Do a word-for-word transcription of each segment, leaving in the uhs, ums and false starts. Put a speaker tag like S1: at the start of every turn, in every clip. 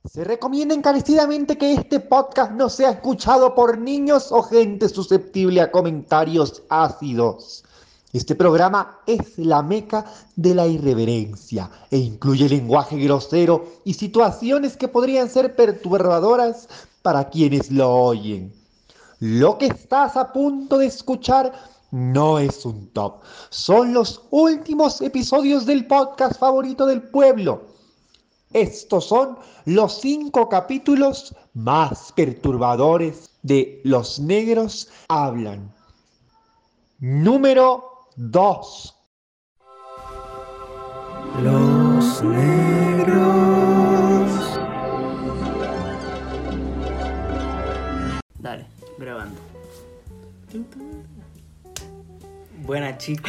S1: Se recomienda encarecidamente que este podcast no sea escuchado por niños o gente susceptible a comentarios ácidos. Este programa es la meca de la irreverencia e incluye lenguaje grosero y situaciones que podrían ser perturbadoras para quienes lo oyen. Lo que estás a punto de escuchar no es un top, son los últimos episodios del podcast favorito del pueblo. Estos son los cinco capítulos más perturbadores de Los Negros Hablan. Número dos.
S2: Los Negros. Dale, grabando.
S3: Buenas chicos.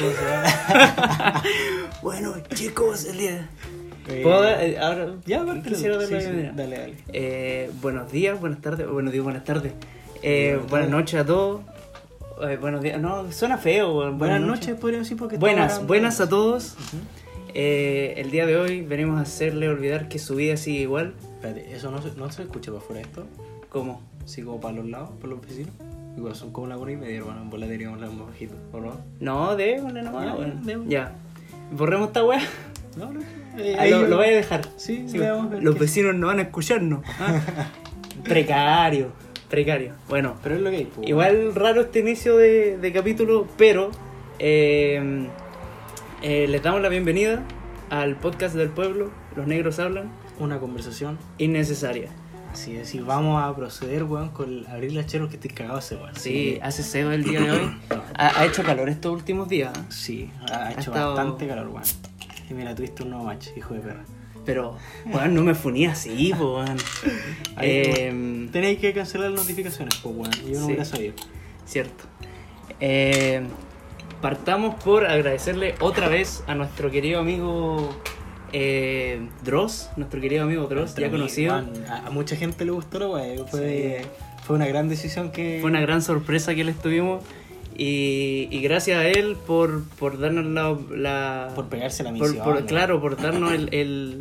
S2: Bueno chicos, el día...
S3: Eh,
S2: ¿Puedo dar? Eh, ahora
S3: ya, parte,
S2: quisiera darle
S3: sí,
S2: la
S3: sí,
S2: bienvenida.
S3: dale, dale.
S2: Eh, buenos días, buenas tardes, bueno, digo buenas tardes. Eh,
S3: Buenas
S2: buenas
S3: tardes.
S2: noches a todos. Eh, buenos días, no, suena feo. Buenas,
S3: Buenas noches, podríamos decir, porque
S2: Buenas,
S3: estamos
S2: buenas a
S3: grabando.
S2: todos.
S3: Ujú.
S2: Eh, el día de hoy venimos a hacerle olvidar que su vida sigue igual.
S3: Espérate, ¿eso no se, no se escucha para afuera esto?
S2: ¿Cómo?
S3: Así como para los lados, para los vecinos. Igual son como la una y media, hermano. En bola deberíamos hablar más bajito, ¿o no?
S2: No, démosle nomás.
S3: Ya,
S2: bueno.
S3: démosle.
S2: Ya. Borremos esta weá.
S3: No, no. Eh,
S2: Ah, lo,
S3: ahí-
S2: lo voy a dejar.
S3: Sí,
S2: Sí,
S3: veamos, ver
S2: los
S3: qué-
S2: vecinos no van a escucharnos. ¿Ah? Precario, precario. Bueno,
S3: Pero es lo que hay, pues.
S2: igual raro este inicio de, de capítulo, pero eh, eh, les damos la bienvenida al podcast del pueblo, Los Negros Hablan,
S3: Una conversación.
S2: innecesaria.
S3: Así es, y vamos a proceder, weón, con abrir las cheros que estoy cagado ese weón.
S2: Sí, hace sed el día de hoy. Ha, ha hecho calor estos últimos días, ¿eh?
S3: Sí, ha hecho
S2: estado-
S3: bastante calor, weón. Y mira, tuviste un nuevo match, hijo de perra.
S2: Pero, bueno, no me funí así, po, weón.
S3: Ahí,
S2: Eh,
S3: Tenéis que cancelar las notificaciones, pues, weón. Y yo no
S2: Sí.
S3: hubiera sabido.
S2: Cierto. Eh, partamos por agradecerle otra vez a nuestro querido amigo eh, Dross, nuestro querido amigo Dross, ya
S3: Nuestro
S2: conocido.
S3: amigo, weón, A, a mucha gente le gustó la weá. Fue, fue una gran decisión que.
S2: Fue una gran sorpresa que le estuvimos. Y, y gracias a él por, por darnos la, la-
S3: Por pegarse la
S2: por-
S3: misión.
S2: por-
S3: ¿no?
S2: claro, por darnos el, el,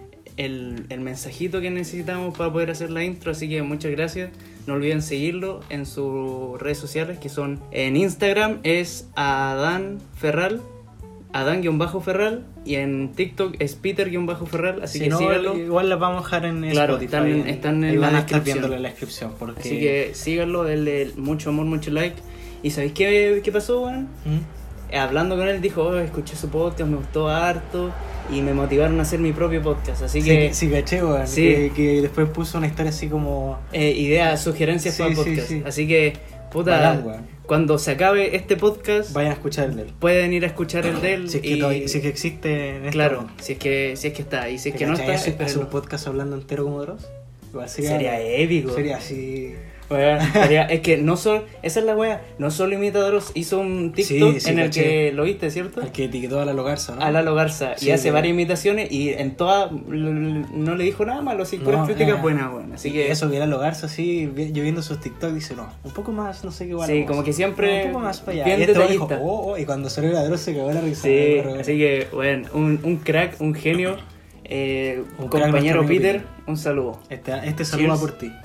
S2: el, el mensajito que necesitamos para poder hacer la intro. Así que muchas gracias. No olviden seguirlo en sus redes sociales, que son en Instagram es Adán Ferral, Adán-Ferral, y en TikTok es Peter-Ferral, así
S3: Si
S2: que
S3: no,
S2: síganlo.
S3: igual las vamos a dejar en
S2: Claro,
S3: Spotify.
S2: están- están en
S3: Ahí van
S2: la
S3: a estar
S2: descripción.
S3: viéndolo en la descripción. Porque...
S2: Así que síganlo, denle mucho amor, mucho like. ¿Y sabéis qué, qué pasó, weón?
S3: ¿Mm?
S2: Eh, Hablando con él dijo, oh, escuché su podcast, me gustó harto y me motivaron a hacer mi propio podcast. Así
S3: Sí,
S2: que
S3: sí, caché, weón.
S2: Sí.
S3: Que, que después puso una historia así como.
S2: eh, ideas, sugerencias
S3: Sí,
S2: para el
S3: sí,
S2: podcast.
S3: sí.
S2: Así que, puta,
S3: Bacán, weón.
S2: cuando se acabe este podcast,
S3: Vayan a escuchar el de él.
S2: pueden ir a escuchar el de él.
S3: Si es que,
S2: y-
S3: todavía- si es que existe en este
S2: claro,
S3: momento.
S2: si es que si es que está. Y si es
S3: ¿Te
S2: que no
S3: cachai
S2: está,
S3: hacer- hacer un
S2: espérenlo.
S3: podcast hablando entero como Dross? Igual
S2: Sería épico.
S3: Sería así.
S2: Weón, sería- es que no solo, esa es la wea, no solo Imitadores hizo un TikTok
S3: Sí, sí,
S2: en el
S3: caché.
S2: que lo viste, ¿cierto?
S3: Al que etiquetó a la Logarza, ¿no?
S2: A Lalo Garza,
S3: Sí,
S2: y hace
S3: sí.
S2: varias imitaciones y en todas l- l- no le dijo nada malo, así
S3: No,
S2: puras críticas
S3: eh,
S2: buenas, weón. Así
S3: Y
S2: que
S3: eso, viera Logarza así, vi- yo viendo sus TikTok, dice, no, un poco más, no sé qué igual.
S2: Sí, como que siempre
S3: Un poco más para allá.
S2: bien
S3: y este weón dijo,
S2: detallista.
S3: oh, oh, y cuando salió la Dross se cagó la risa.
S2: sí,
S3: Pero,
S2: así que bueno, un, un crack, un genio, eh,
S3: Un crack,
S2: compañero
S3: nuestro amigo
S2: Peter,
S3: Peter.
S2: un saludo.
S3: Este, este saludo
S2: Cheers.
S3: por ti.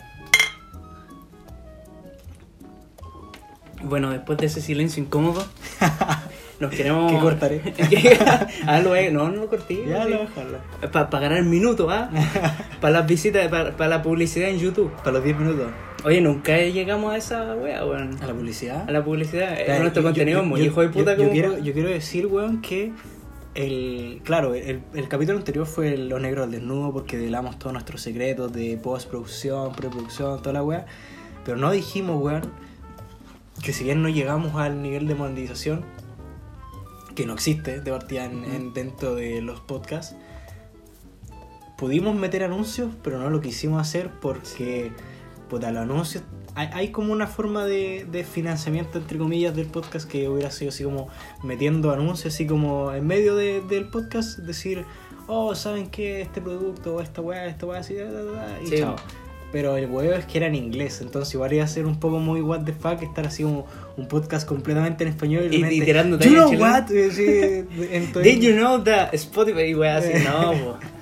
S2: Bueno, después de ese silencio incómodo, nos queremos...
S3: Que cortaré.
S2: ah, lo voy a- no, no lo corté.
S3: Ya
S2: sí.
S3: lo dejarlo.
S2: Para ganar minutos, ¿ah? Para las visitas, para la publicidad en YouTube.
S3: Para los diez minutos.
S2: Oye, nunca llegamos a esa wea, weón.
S3: ¿A la publicidad?
S2: A la publicidad.
S3: Ya,
S2: Eh, nuestro
S3: yo-
S2: contenido
S3: yo-
S2: es muy
S3: yo-
S2: hijo de puta
S3: yo,
S2: como...
S3: yo quiero, yo quiero decir, weón, que el claro, el, el capítulo anterior fue Los Negros al Desnudo, porque delamos todos nuestros secretos de postproducción, preproducción, toda la weá. Pero no dijimos, weón, que si bien no llegamos al nivel de monetización, que no existe de partida en, en- dentro de los podcasts, pudimos meter anuncios, pero no lo quisimos hacer porque, puta, los anuncios... Hay, hay como una forma de, de financiamiento, entre comillas, del podcast que hubiera sido así como metiendo anuncios, así como en medio de- del podcast, decir, oh, ¿saben qué? Este producto, o esta weá, esta weá, así, da, da, da, y
S2: Sí.
S3: chao. Pero el huevo es que era en inglés, entonces igual iba a ser un poco muy what the fuck estar así como un podcast completamente en español y,
S2: Y-
S3: de repente,
S2: y tirando
S3: you
S2: tallas
S3: know
S2: chilenas.
S3: what? Eh, sí, en todo-
S2: Did you know that Spotify, wea, así, no, po.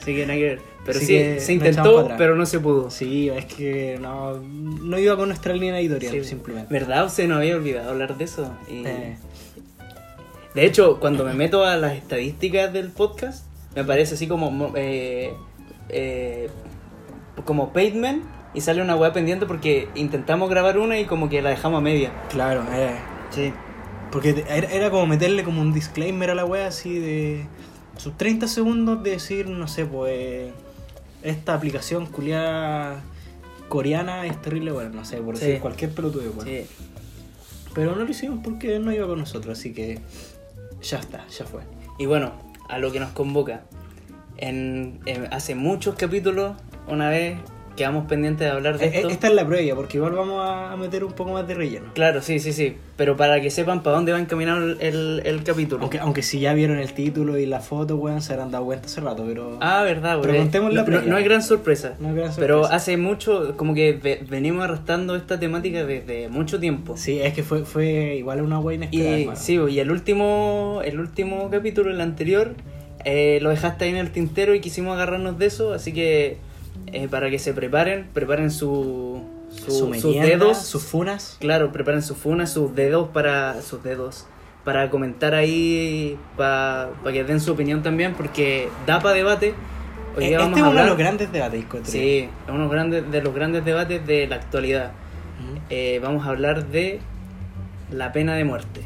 S2: Así que nada que ver. Pero
S3: Así
S2: sí,
S3: que
S2: se
S3: nos echamos
S2: intentó,
S3: para atrás.
S2: pero no se pudo.
S3: Sí, es que no, no iba con nuestra línea editorial,
S2: Sí,
S3: simplemente.
S2: ¿Verdad? Usted no había olvidado hablar de eso. Y...
S3: Eh,
S2: De hecho, cuando me meto a las estadísticas del podcast, me aparece así como eh, eh, como Pavement y sale una weá pendiente porque intentamos grabar una y como que la dejamos a media.
S3: claro, eh,
S2: Sí.
S3: porque era, era como meterle como un disclaimer a la wea así de sus treinta segundos de decir, no sé, pues esta aplicación culiada coreana es terrible, bueno, no sé, por
S2: Sí.
S3: decir cualquier pelotudo, bueno.
S2: Sí.
S3: Pero no lo hicimos porque no iba con nosotros, así que ya está, ya fue.
S2: Y bueno, a lo que nos convoca. En, en- hace muchos capítulos, una vez quedamos pendientes de hablar de
S3: Eh,
S2: esto.
S3: Esta es la previa, porque igual vamos a meter un poco más de relleno.
S2: Claro, sí, sí, sí. Pero para que sepan para dónde va encaminado el, el, el capítulo.
S3: Aunque, aunque si ya vieron el título y la foto, weón, se habrán dado cuenta hace rato, pero...
S2: Ah, verdad,
S3: Pero
S2: güey.
S3: contemos la
S2: no, no,
S3: previa.
S2: no es gran sorpresa.
S3: No es gran
S2: Pero
S3: sorpresa.
S2: hace mucho, como que ve- venimos arrastrando esta temática desde mucho tiempo.
S3: Sí, es que fue, fue igual una wea inesperada,
S2: Y
S3: hermano.
S2: sí, y el último, el último capítulo, el anterior, eh, lo dejaste ahí en el tintero y quisimos agarrarnos de eso, así que eh, para que se preparen, preparen su, su-
S3: Su
S2: sus
S3: merienda,
S2: dedos,
S3: sus funas.
S2: claro, preparen sus funas, sus dedos para sus dedos para comentar ahí, para que den su opinión también, porque da para debate. Hoy
S3: Eh,
S2: día
S3: este
S2: vamos
S3: es
S2: a
S3: uno
S2: hablar,
S3: de los grandes debates, encuentro.
S2: sí, es uno grandes, de los grandes debates de la actualidad.
S3: Ujú.
S2: Eh, vamos a hablar de la pena de muerte.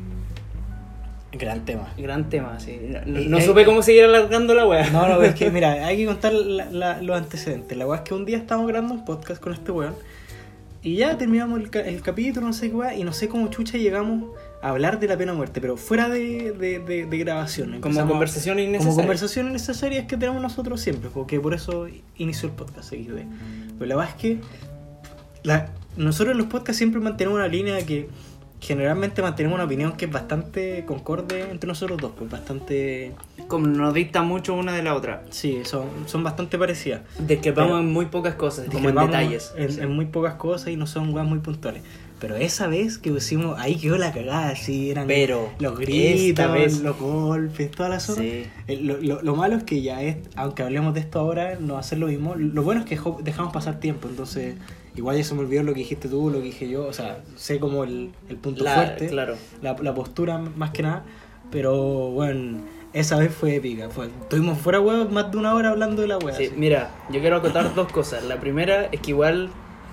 S3: Gran tema.
S2: Gran tema, sí. No,
S3: Y-
S2: no
S3: eh,
S2: supe cómo seguir alargando la wea.
S3: No, no, es que mira, hay que contar la- la- los antecedentes. La weá es que un día estábamos grabando un podcast con este weón y ya terminamos el, ca- el capítulo, no sé qué weá, y no sé cómo chucha llegamos a hablar de la pena de muerte, pero fuera de, de, de, de grabación.
S2: Como
S3: Empezamos a-
S2: conversación innecesaria.
S3: Como conversaciones necesarias que tenemos nosotros siempre, porque por eso inició el podcast X D. Pero la verdad es que la- nosotros en los podcasts siempre mantenemos una línea de que generalmente mantenemos una opinión que es bastante concorde entre nosotros dos, pues bastante...
S2: Como nos dicta mucho una de la otra.
S3: Sí, son, son bastante parecidas.
S2: Discrepamos
S3: Pero-
S2: en muy pocas cosas, como en
S3: Discrepamos
S2: detalles.
S3: En,
S2: Sí.
S3: en muy pocas cosas y no son weas muy puntuales. Pero esa vez que pusimos, ahí quedó la cagada, sí, eran
S2: Pero
S3: los gritos,
S2: esta vez-
S3: los golpes, toda la zona.
S2: Sí.
S3: Eh, Lo, lo, lo malo es que ya es, aunque hablemos de esto ahora, no va a ser lo mismo. Lo bueno es que jo- dejamos pasar tiempo, entonces igual ya se me olvidó lo que dijiste tú, lo que dije yo, o sea, sé como el, el punto
S2: La-
S3: fuerte,
S2: claro.
S3: la, la postura más que nada, pero bueno, esa vez fue épica. Fue, estuvimos fuera huevos más de una hora hablando de la wea.
S2: Sí,
S3: así.
S2: mira, yo quiero acotar dos cosas. La primera es que igual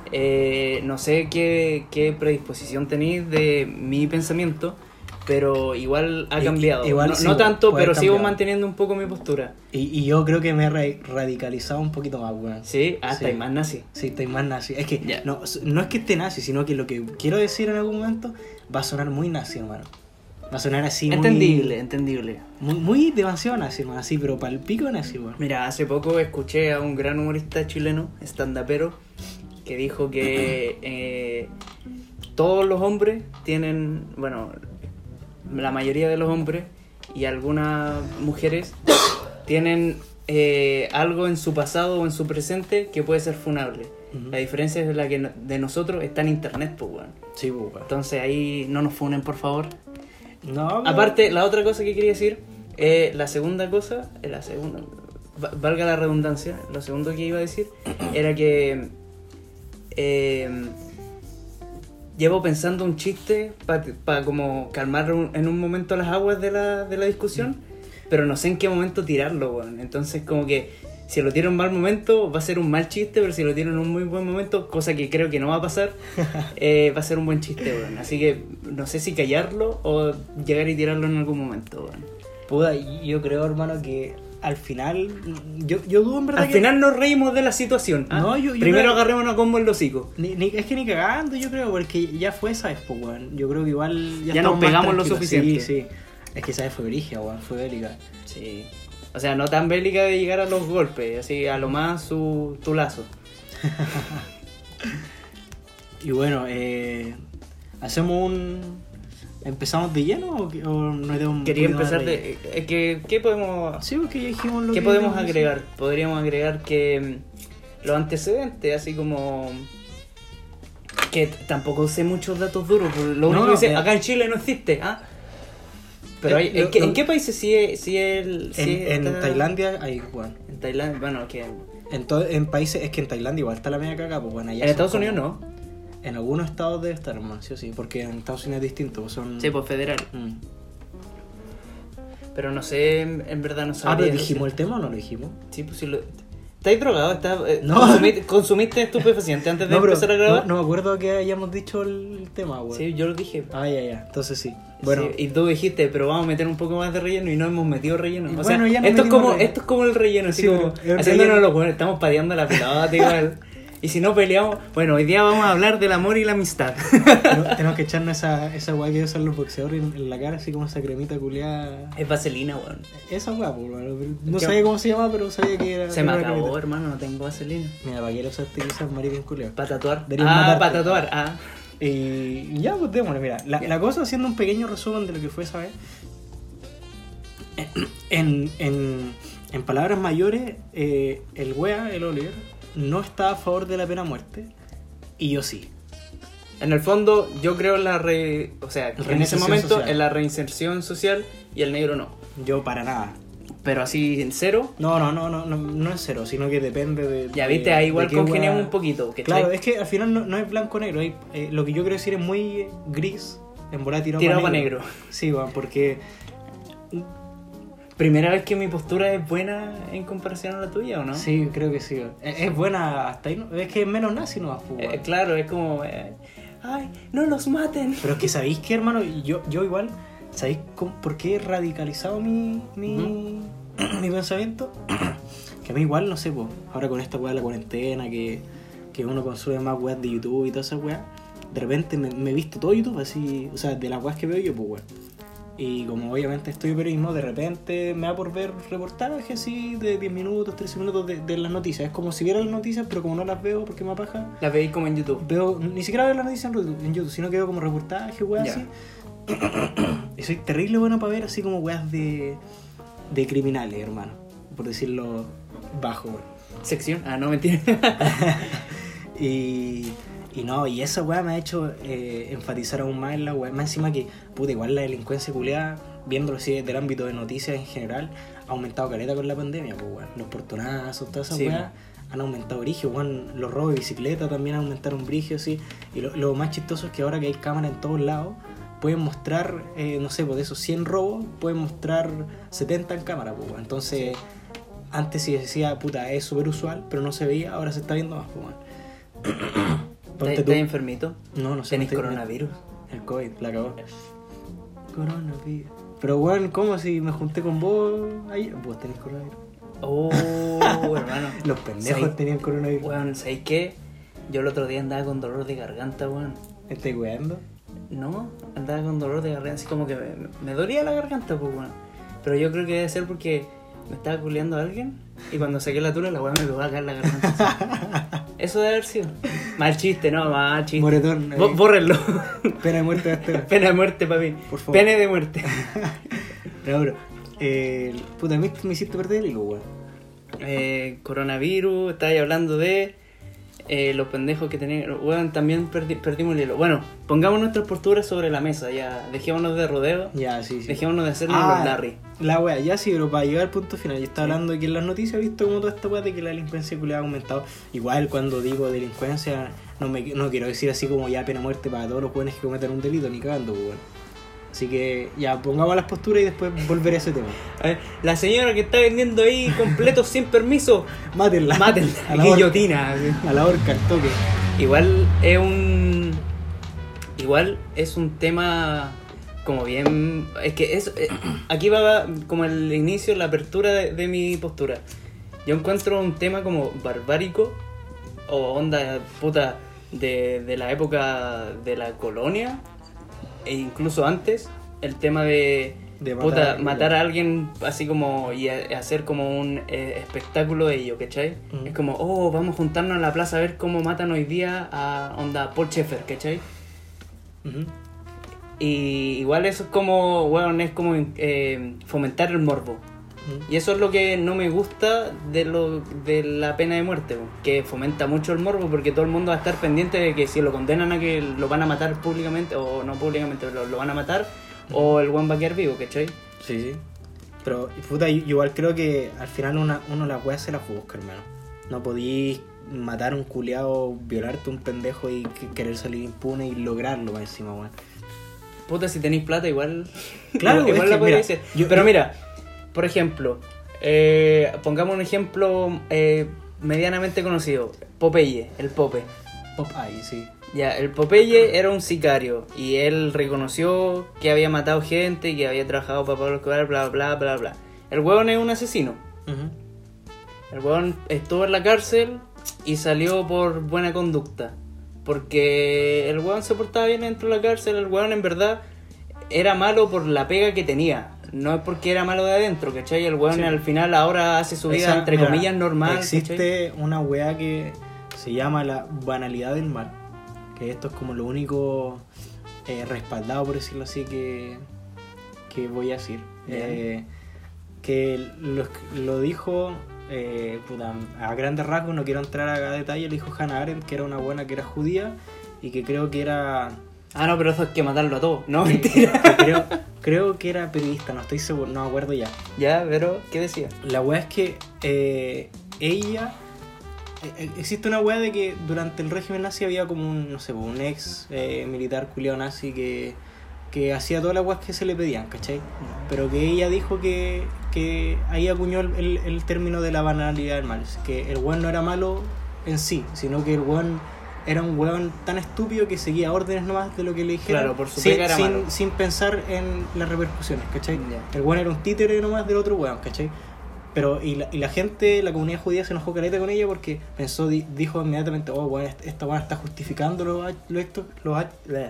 S2: eh, no sé qué, qué predisposición tenéis de mi pensamiento, pero igual ha
S3: I-
S2: cambiado.
S3: igual
S2: no,
S3: sí,
S2: no tanto,
S3: puede
S2: pero sigo
S3: cambiar.
S2: manteniendo un poco mi postura.
S3: Y, y yo creo que me he ra- radicalizado un poquito más, weón.
S2: Sí, ah,
S3: Sí.
S2: estáis más nazi.
S3: Sí, estoy más nazi. Es que
S2: Ya.
S3: no, no es que esté nazi, sino que lo que quiero decir en algún momento va a sonar muy nazi, hermano. Va a sonar así muy...
S2: Entendible, entendible.
S3: Muy, muy demasiado nazi, hermano. Así, pero para el pico nazi, weón.
S2: Mira, hace poco escuché a un gran humorista chileno, stand-upero, que dijo que eh, todos los hombres tienen, bueno, la mayoría de los hombres y algunas mujeres tienen eh, algo en su pasado o en su presente que puede ser funable.
S3: Ujú.
S2: La diferencia es la que no- de nosotros está en internet, pues, weón.
S3: Sí, pues, weón.
S2: Entonces ahí no nos funen, por favor.
S3: No, pero-
S2: Aparte, la otra cosa que quería decir, eh, la segunda cosa, eh, la segunda, va- valga la redundancia, lo segundo que iba a decir era que eh, llevo pensando un chiste para como calmar un- en un momento las aguas de la, de la discusión, pero no sé en qué momento tirarlo, weón. Entonces como que si lo tiro en mal momento va a ser un mal chiste, pero si lo tiro en un muy buen momento, cosa que creo que no va a pasar, eh, va a ser un buen chiste, weón. Así que no sé si callarlo o llegar y tirarlo en algún momento, weón.
S3: Puta, yo creo, hermano, que al final... Yo, yo dudo en verdad
S2: Al
S3: que...
S2: final nos reímos de la situación. ¿ah?
S3: No, yo- yo
S2: Primero
S3: creo-
S2: agarrémonos a combo el hocico.
S3: Ni, ni- es que ni cagando, yo creo, porque ya fue esa vez, pues, weón. Yo creo que igual ya,
S2: Ya nos
S3: estamos más
S2: pegamos lo
S3: tranquilos.
S2: suficiente.
S3: Sí, sí. Es que esa vez fue brígida, weón, fue bélica.
S2: Sí. O sea, no tan bélica de llegar a los golpes, así a lo más su, tu lazo.
S3: Y bueno, eh, ¿hacemos un... ¿Empezamos de lleno o, que- o nos demos un
S2: Quería
S3: poquito más
S2: empezar
S3: relleno?
S2: de... eh, que, ¿Qué podemos,
S3: Sí, porque ya dijimos lo
S2: ¿qué
S3: que
S2: podemos
S3: íbamos a
S2: agregar? Podríamos agregar que mm, los antecedentes, así como... Que t- tampoco sé muchos datos duros, pero lo
S3: No,
S2: único
S3: no,
S2: que sé,
S3: pero-
S2: acá en Chile no existe, ¿ah? Pero hay,
S3: Eh,
S2: ¿en, qué,
S3: lo-
S2: ¿en qué países sí es, sí el, sí
S3: En, en
S2: está-
S3: Tailandia hay, weón.
S2: En Tailandia, bueno, que
S3: En, to- en países, es que en Tailandia igual está la media caca, pues bueno, allá
S2: en
S3: son
S2: Estados
S3: como-
S2: Unidos no.
S3: En algunos estados debe estar, hermano, sí o sí, porque en Estados Unidos es distinto, pues son...
S2: Sí, pues federal.
S3: Mm.
S2: Pero no sé, en, en verdad no
S3: Ah,
S2: sabría
S3: pero
S2: decir.
S3: dijimos el tema o no lo dijimos.
S2: Sí, pues sí lo... ¿Estáis drogado? ¿Estás, eh,
S3: No.
S2: consumiste, ¿Consumiste estupefaciente antes de
S3: No, pero
S2: empezar a grabar?
S3: no, no me acuerdo que hayamos dicho el tema, weón.
S2: Sí, yo lo dije.
S3: Ah, ya, ya, entonces sí. Bueno,
S2: Sí, y tú dijiste, pero vamos a meter un poco más de relleno y no hemos metido relleno.
S3: Y
S2: O
S3: bueno,
S2: sea,
S3: ya no
S2: esto, es
S3: metimos
S2: como,
S3: relleno.
S2: esto es como el relleno, así
S3: Sí,
S2: como
S3: pero es un
S2: haciéndonos
S3: relleno.
S2: los buenos, estamos pateando la pelota igual. Y si no peleamos, bueno, hoy día vamos a hablar del amor y la amistad.
S3: tenemos, tenemos que echarnos esa, esa weá que usan los boxeadores en, en la cara, así como esa cremita culiada.
S2: Es vaselina, weón.
S3: Esa weá, pues, weón. No
S2: ¿Qué?
S3: sabía cómo se llamaba, pero sabía que era.
S2: Se me
S3: era una
S2: acabó,
S3: cremita.
S2: hermano, no tengo vaselina.
S3: Mira, para que lo usaste quizás marica culiado.
S2: Para tatuar.
S3: Deberías
S2: Ah,
S3: matarte.
S2: para tatuar, ah.
S3: Y ya, pues démosle, mira. La, la cosa, haciendo un pequeño resumen de lo que fue esa vez. En, en, en palabras mayores, eh, el wea, el Oliver, no está a favor de la pena de muerte. Y yo sí.
S2: En el fondo, yo creo en la re... O sea, en ese
S3: Reinserción
S2: momento,
S3: social.
S2: en la reinserción social y el negro no.
S3: Yo para nada.
S2: Pero así, en cero,
S3: No, no, no, no, no, no es cero, sino que depende de...
S2: ya
S3: de-
S2: viste, ahí igual
S3: de qué
S2: congeniamos
S3: wea-
S2: un poquito. ¿cachai?
S3: Claro, es que al final no, no es blanco-negro. hay- eh, lo que yo quiero decir es muy gris, en bola tirado,
S2: Tirado
S3: pa'
S2: pa' negro.
S3: Sí, bueno, porque...
S2: Primera vez que mi postura es buena en comparación a la tuya, ¿o no?
S3: Sí, creo que sí. weón. Es, es buena hasta ahí, ¿no? Es que es menos nazi no
S2: Eh, claro, es como... eh, ¡ay, no los maten!
S3: Pero es que sabéis que, hermano, yo, yo igual, ¿sabéis cómo- por qué he radicalizado mi, mi, mi pensamiento? Que a mí igual, no sé, pues, ahora con esta weá de la cuarentena, que, que uno consume más weas de YouTube y todas esas weas, de repente me, me he visto todo YouTube así, o sea, de las weas que veo yo, pues weón. Y como obviamente estudio periodismo, de repente me da por ver reportajes así de diez minutos, trece minutos de, de las noticias. Es como si viera las noticias, pero como no las veo porque me apaja,
S2: La veis como en YouTube.
S3: veo, ni siquiera veo las noticias en YouTube, en YouTube, sino que veo como reportajes, weas
S2: Ya.
S3: así. Y soy terrible bueno para ver así como weas de, de criminales, hermano. Por decirlo bajo, weón.
S2: Sección. Ah, no, mentira.
S3: Y, y no, y esa weá me ha hecho eh, enfatizar aún más en la weá. Más encima que, puta, igual la delincuencia culiada, viéndolo así desde el ámbito de noticias en general, ha aumentado caleta con la pandemia, pues weón. Los portonazos, todas esas
S2: Sí,
S3: weas han aumentado brigio, weón. Los robos de bicicleta también aumentaron brigio, sí. Y lo, lo más chistoso es que ahora que hay cámaras en todos lados, pueden mostrar, eh, no sé, pues de esos cien robos, pueden mostrar setenta en cámara, pues weón. Entonces, antes sí decía, puta, es súper usual, pero no se veía, ahora se está viendo más, pues weón. Ponte
S2: ¿Estás
S3: tú.
S2: enfermito?
S3: No, no sé.
S2: ¿Tenés
S3: no estoy-
S2: coronavirus?
S3: El COVID, la acabó. Coronavirus. Pero weón, ¿cómo si me junté con vos ayer? Vos tenés coronavirus.
S2: Oh, hermano.
S3: Los pendejos
S2: ¿Sabes?
S3: tenían coronavirus.
S2: Weón, ¿sabes qué? Yo el otro día andaba con dolor de garganta, weón.
S3: ¿Me estoy weando?
S2: No, andaba con dolor de garganta, así como que me, me dolía la garganta, pues, weón. Pero yo creo que debe ser porque me estaba culeando a alguien y cuando saqué la tula la weón me pegó acá en la garganta. así. Eso debe haber sido. Mal chiste, no, mal chiste.
S3: Moretón.
S2: Bo-
S3: ahí.
S2: Bórrenlo.
S3: Pena de muerte de este.
S2: Pena de muerte, papi.
S3: Por favor.
S2: Pene de muerte.
S3: Pero, bro, eh, puta, a mí me hiciste perder el hilo, weón.
S2: Eh, coronavirus, estáis hablando de eh, los pendejos que tenían. Bueno, también perdi- perdimos el hilo. Bueno, pongamos nuestras posturas sobre la mesa, ya. Dejémonos de rodeo,
S3: Ya, sí, sí.
S2: dejémonos de hacernos
S3: Ah,
S2: los Larry.
S3: La wea, ya sí, pero para llegar al punto final, yo estaba
S2: Sí.
S3: hablando de que en las noticias he visto como toda esta wea de que la delincuencia culiada ha aumentado. Igual cuando digo delincuencia, no me no quiero decir así como ya pena de muerte para todos los jóvenes que cometen un delito, ni cagando, pues, weón. Así que ya pongamos las posturas y después volveré a ese tema.
S2: A ver, la señora que está vendiendo ahí completos sin permiso,
S3: Mátenla.
S2: mátenla.
S3: A la horca.
S2: Guillotina.
S3: A la horca, al toque.
S2: Igual es un. Igual es un tema como bien. Es que es. eh, Aquí va como el inicio, la apertura de, de mi postura. Yo encuentro un tema como barbárico o onda puta de, de la época de la colonia e incluso antes. El tema de.
S3: De matar
S2: puta,
S3: a alguien.
S2: matar a alguien así como y a- hacer como un eh, espectáculo de ello, ¿cachai?
S3: Mm.
S2: Es como, oh, vamos a juntarnos en la plaza a ver cómo matan hoy día a onda Paul Schaeffer, ¿cachai?
S3: Ujú.
S2: Y igual eso es como, bueno, es como eh, fomentar el morbo.
S3: Ujú.
S2: Y eso es lo que no me gusta de lo de la pena de muerte, po, que fomenta mucho el morbo porque todo el mundo va a estar pendiente de que si lo condenan a que lo van a matar públicamente o no públicamente, lo, lo van a matar, o el weón va a quedar vivo, ¿cachai?
S3: Sí, sí. Pero, puta, yo igual creo que al final una, uno las weas se las busca, hermano. No podís matar a un culiao, violarte a un pendejo y que- querer salir impune y lograrlo más encima, weón.
S2: Puta, si tenéis plata, igual.
S3: Claro,
S2: igual,
S3: es
S2: igual la
S3: que,
S2: podría
S3: mira,
S2: hacer.
S3: yo-
S2: Pero
S3: yo-
S2: mira, por ejemplo, eh, pongamos un ejemplo eh, medianamente conocido: Popeye, el Pope.
S3: Popeye, sí.
S2: Ya, el Popeye era un sicario y él reconoció que había matado gente, que había trabajado para Pablo Escobar, bla, bla, bla, bla. El huevón es un asesino.
S3: Ujú.
S2: El huevón estuvo en la cárcel y salió por buena conducta. Porque el huevón se portaba bien dentro de la cárcel. El huevón en verdad era malo por la pega que tenía. No es porque era malo de adentro, ¿cachai? El huevón
S3: Sí.
S2: al final ahora hace su vida
S3: Esa,
S2: entre
S3: mira,
S2: comillas normal.
S3: Existe una wea que se llama la banalidad del mal. Que esto es como lo único eh, respaldado, por decirlo así, que, que voy a decir.
S2: Bien.
S3: Eh, que lo, lo dijo, eh, puta, a grandes rasgos, no quiero entrar a detalle, lo dijo Hannah Arendt, que era una buena que era judía y que creo que era...
S2: Ah, no, pero eso es que matarlo a todos. No,
S3: que-
S2: mentira.
S3: que creo, creo que era periodista, no estoy seguro, no me acuerdo ya.
S2: Ya, pero, ¿qué decía?
S3: La weá es que eh, ella... eh, Existe una weá de que durante el régimen nazi había como un, no sé, un ex eh, militar culiao nazi que, que hacía todas las weas que se le pedían, ¿cachai? Pero que ella dijo que, que ahí acuñó el, el, el término de la banalidad del mal. Que el weón no era malo en sí, sino que el weón era un weón tan estúpido que seguía órdenes nomás de lo que le dijeron.
S2: Claro, por su
S3: sin,
S2: pega era
S3: sin,
S2: malo.
S3: sin pensar en las repercusiones, ¿cachai?
S2: Ya.
S3: El weón era un títere nomás del otro weón, ¿cachai? Pero, y la, y la gente, la comunidad judía se enojó caleta con ella porque pensó, di- dijo inmediatamente, oh, bueno, esta weón está justificando los, act- los, actos, los, act- bleh,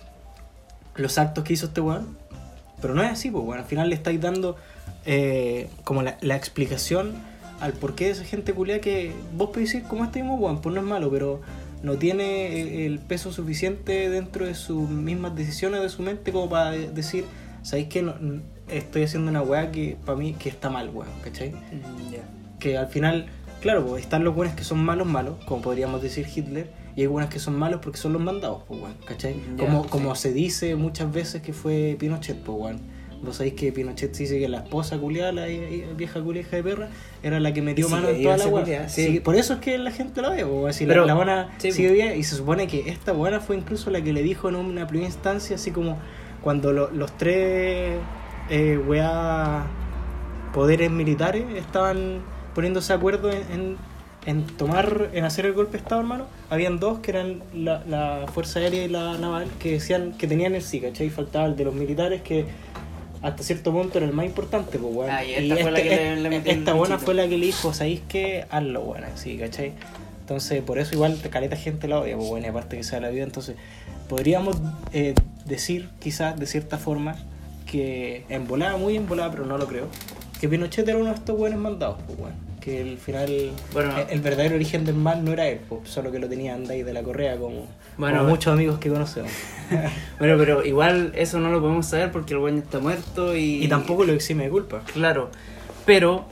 S3: los actos que hizo este weón. Pero no es así, pues, bueno, al final le estáis dando eh, como la, la explicación al porqué de esa gente culia que vos podés decir, como este mismo weón, pues no es malo, pero no tiene el, el peso suficiente dentro de sus mismas decisiones, de su mente, como para de- decir, ¿sabéis qué? No, estoy haciendo una weá que para mí que está mal, weón, ¿cachai?
S2: Mm, ya.
S3: Que al final, claro, pues están los buenos que son malos, malos, como podríamos decir Hitler, y hay buenos que son malos porque son los mandados, pues, weón, ¿cachai?
S2: Ya,
S3: como
S2: sí.
S3: como se dice muchas veces que fue Pinochet, pues, weón. Vos sabéis que Pinochet se dice que la esposa culiada, la vieja culeja de perra, era la que metió
S2: Y
S3: mano
S2: sigue
S3: en toda
S2: viva
S3: la
S2: esa
S3: weá.
S2: culiá, sí.
S3: Sí, por eso es que la gente la ve, pues, si
S2: Pero-
S3: la, la buena
S2: sí,
S3: sigue
S2: pues.
S3: viva, y se supone que esta buena fue incluso la que le dijo en una primera instancia, así como cuando lo- los tres eh, weá poderes militares estaban poniéndose de acuerdo en, en, en tomar, en hacer el golpe de estado, hermano. Habían dos que eran la, la Fuerza Aérea y la Naval, que decían que tenían el sí, ¿cachai? Faltaba el de los militares, que hasta cierto punto era el más importante, pues, weón.
S2: Ah, y esta fue la que le- le metió el
S3: esta buena
S2: bichito.
S3: fue la que le dijo, ¿sabéis qué? Hazlo, weón, sí, ¿cachai? Entonces, por eso igual caleta gente la odia, pues, bueno, y aparte que sea la vida, entonces podríamos eh, decir, quizás, de cierta forma, que en volada, muy en volada, pero no lo creo, que Pinochet era uno de estos buenos mandados, pues, bueno, que al final
S2: Bueno.
S3: el, el verdadero origen del mal no era él, pues, solo que lo tenía Anday de la Correa, como,
S2: Bueno,
S3: como muchos amigos que conocemos.
S2: Bueno, pero igual eso no lo podemos saber porque el güey está muerto y...
S3: Y tampoco lo exime de culpa.
S2: Claro, pero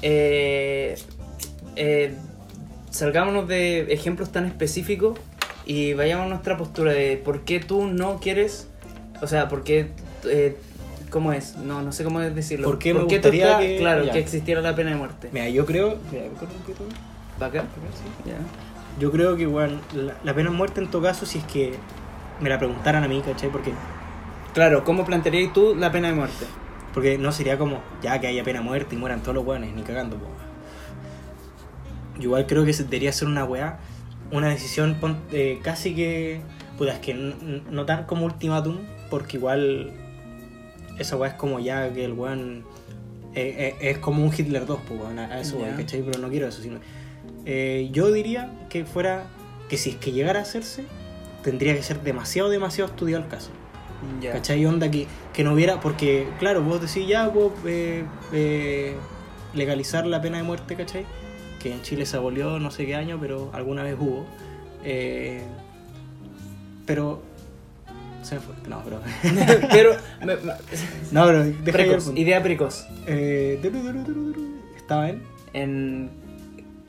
S2: eh, eh, salgámonos de ejemplos tan específicos y vayamos a nuestra postura de por qué tú no quieres, o sea, por qué, eh, ¿cómo es? No, no sé cómo decirlo.
S3: ¿Por qué me
S2: tú
S3: gustaría
S2: estás-
S3: que-
S2: claro,
S3: ya.
S2: que existiera la pena de muerte?
S3: Mira, yo creo... Mira, ¿me corto un poquito?
S2: ¿Va acá?
S3: Sí.
S2: Ya.
S3: Yo creo que igual la, la pena de muerte en todo caso, si es que me la preguntaran a mí, ¿cachai? Porque,
S2: Claro, ¿cómo plantearías tú la pena de muerte?
S3: porque no sería como ya que haya pena de muerte y mueran todos los weones, ni cagando, po. Yo igual creo que se- debería ser una weá, una decisión pon- eh, casi que, puta, es que n- n- no tan como ultimátum, porque igual esa weá es como ya que el weón eh, eh, es como un Hitler dos, pues, weón, a, a eso,
S2: Ya.
S3: weón, ¿cachai? Pero no quiero eso, sino eh, yo diría que fuera, que si es que llegara a hacerse, tendría que ser demasiado, demasiado estudiado el caso.
S2: Ya.
S3: ¿Cachai? Onda que, que no hubiera, porque claro, vos decís ya, vos eh, eh, legalizar la pena de muerte, ¿cachai? Que en Chile se abolió no sé qué año, pero alguna vez hubo. Eh, pero... Se me fue, no, pero...
S2: Pero, me- me-
S3: no, pero deja ahí el
S2: precoz,
S3: punto.
S2: idea precoz.
S3: Eh, duru, duru, duru, duru. Estaba en...
S2: En...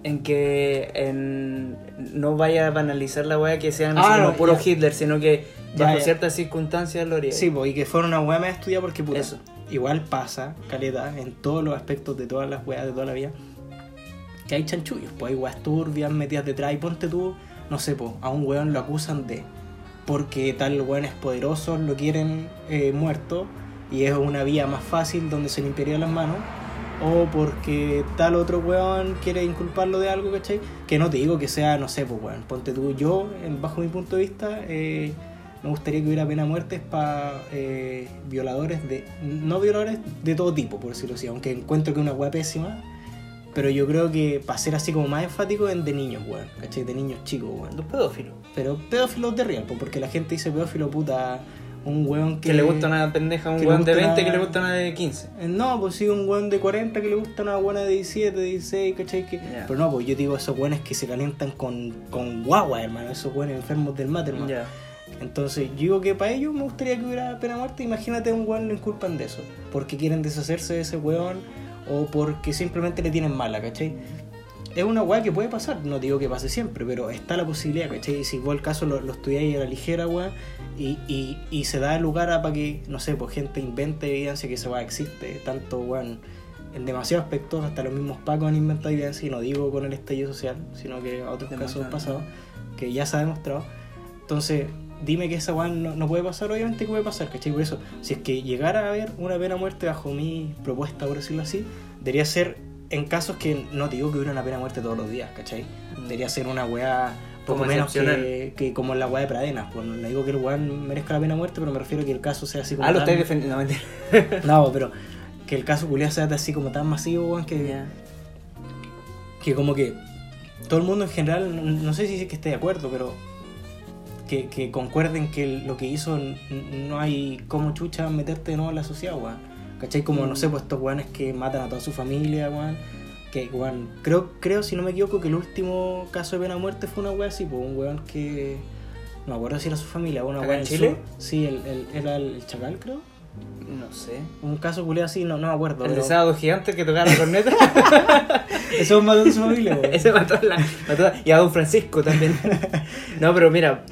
S2: en que en, no vaya a banalizar la weá que sean
S3: Ah,
S2: así como
S3: no,
S2: puro
S3: ya.
S2: Hitler, sino que
S3: Ya,
S2: bajo
S3: ya.
S2: ciertas circunstancias lo haría.
S3: Sí, pues, y que fuera una weá más estudiada porque puta,
S2: Eso.
S3: igual pasa, caleta, en todos los aspectos de todas las weas de toda la vida, que hay chanchullos, pues hay weas turbias metidas detrás y ponte tú, no sé, pues, a un weón lo acusan de porque tal weón es poderoso, lo quieren eh, muerto y es una vía más fácil donde se limpiaría las manos, o porque tal otro weón quiere inculparlo de algo, ¿cachai? Que no te digo que sea, no sé, pues weón, ponte tú, yo, en- bajo mi punto de vista, eh, me gustaría que hubiera pena de muerte para eh, violadores de... No violadores de todo tipo, por decirlo así, aunque encuentro que es una weá pésima, pero yo creo que para ser así como más enfático en de niños, weón, ¿cachai? De niños chicos, weón.
S2: Los pedófilos.
S3: Pero pedófilos de real, pues, porque la gente dice pedófilo, puta, un weón que...
S2: Que le gusta una pendeja a un
S3: que le
S2: weón de
S3: gusta
S2: veinte
S3: una-
S2: que le gusta una de quince.
S3: Eh, No, pues sí, un weón de cuarenta que le gusta una buena de diecisiete, dieciséis, ¿cachai? Que...
S2: Ya.
S3: Pero no, pues yo digo esos weones que se calientan con, con guagua, hermano, esos weones enfermos del mate, hermano.
S2: Ya.
S3: Entonces, yo digo que para ellos me gustaría que hubiera pena de muerte. Imagínate a un weón lo inculpan de eso, porque quieren deshacerse de ese weón o porque simplemente le tienen mala, ¿cachai? Es una weá que puede pasar, no digo que pase siempre, pero está la posibilidad, ¿cachai? Y si vos el caso lo, lo estudiáis a la ligera, weá, y, y, y se da lugar a para que, no sé, pues gente invente evidencia que esa weá existe, tanto, weón, en demasiados aspectos, hasta los mismos pacos han inventado evidencia, y no digo con el estallido social, sino que a otros
S2: Demasiado.
S3: casos pasados, que ya se ha demostrado. Entonces, dime que esa weá no, no puede pasar, obviamente que puede pasar, ¿cachai? Por eso, si es que llegara a haber una pena de muerte bajo mi propuesta, por decirlo así, debería ser en casos que no te digo que hubiera una pena de muerte todos los días, ¿cachai? Debería ser una weá poco
S2: Como
S3: menos
S2: excepcional.
S3: que, que como en la weá de Pradenas. Pues no digo que el weón merezca la pena de muerte, pero me refiero a que el caso sea así como
S2: Ah, lo
S3: tan-
S2: estáis defendiendo. No, mentira.
S3: No, pero que el caso culiado sea así como tan masivo, weón, que,
S2: Ya.
S3: que como que todo el mundo en general, no, no sé si es que esté de acuerdo, pero que, que concuerden que lo que hizo n- no hay como chucha meterte de nuevo en la sociedad, weón. ¿Cachai? Como, no sé, pues estos weones que matan a toda su familia, weón. Que, weón, creo, creo, si no me equivoco, que el último caso de pena de muerte fue una weá así, pues un weón que... No me acuerdo si era su familia, una
S2: ¿Acá
S3: weá
S2: en
S3: del
S2: Chile?
S3: sur. Sí, el, el- era el Chacal, creo.
S2: No sé.
S3: Un caso culiado así, no, no me acuerdo.
S2: El de
S3: pero-
S2: sábado gigante que tocaba la corneta.
S3: Eso mató a su familia, weón.
S2: Ese mató a la, mató a- y a Don Francisco también. No, pero mira.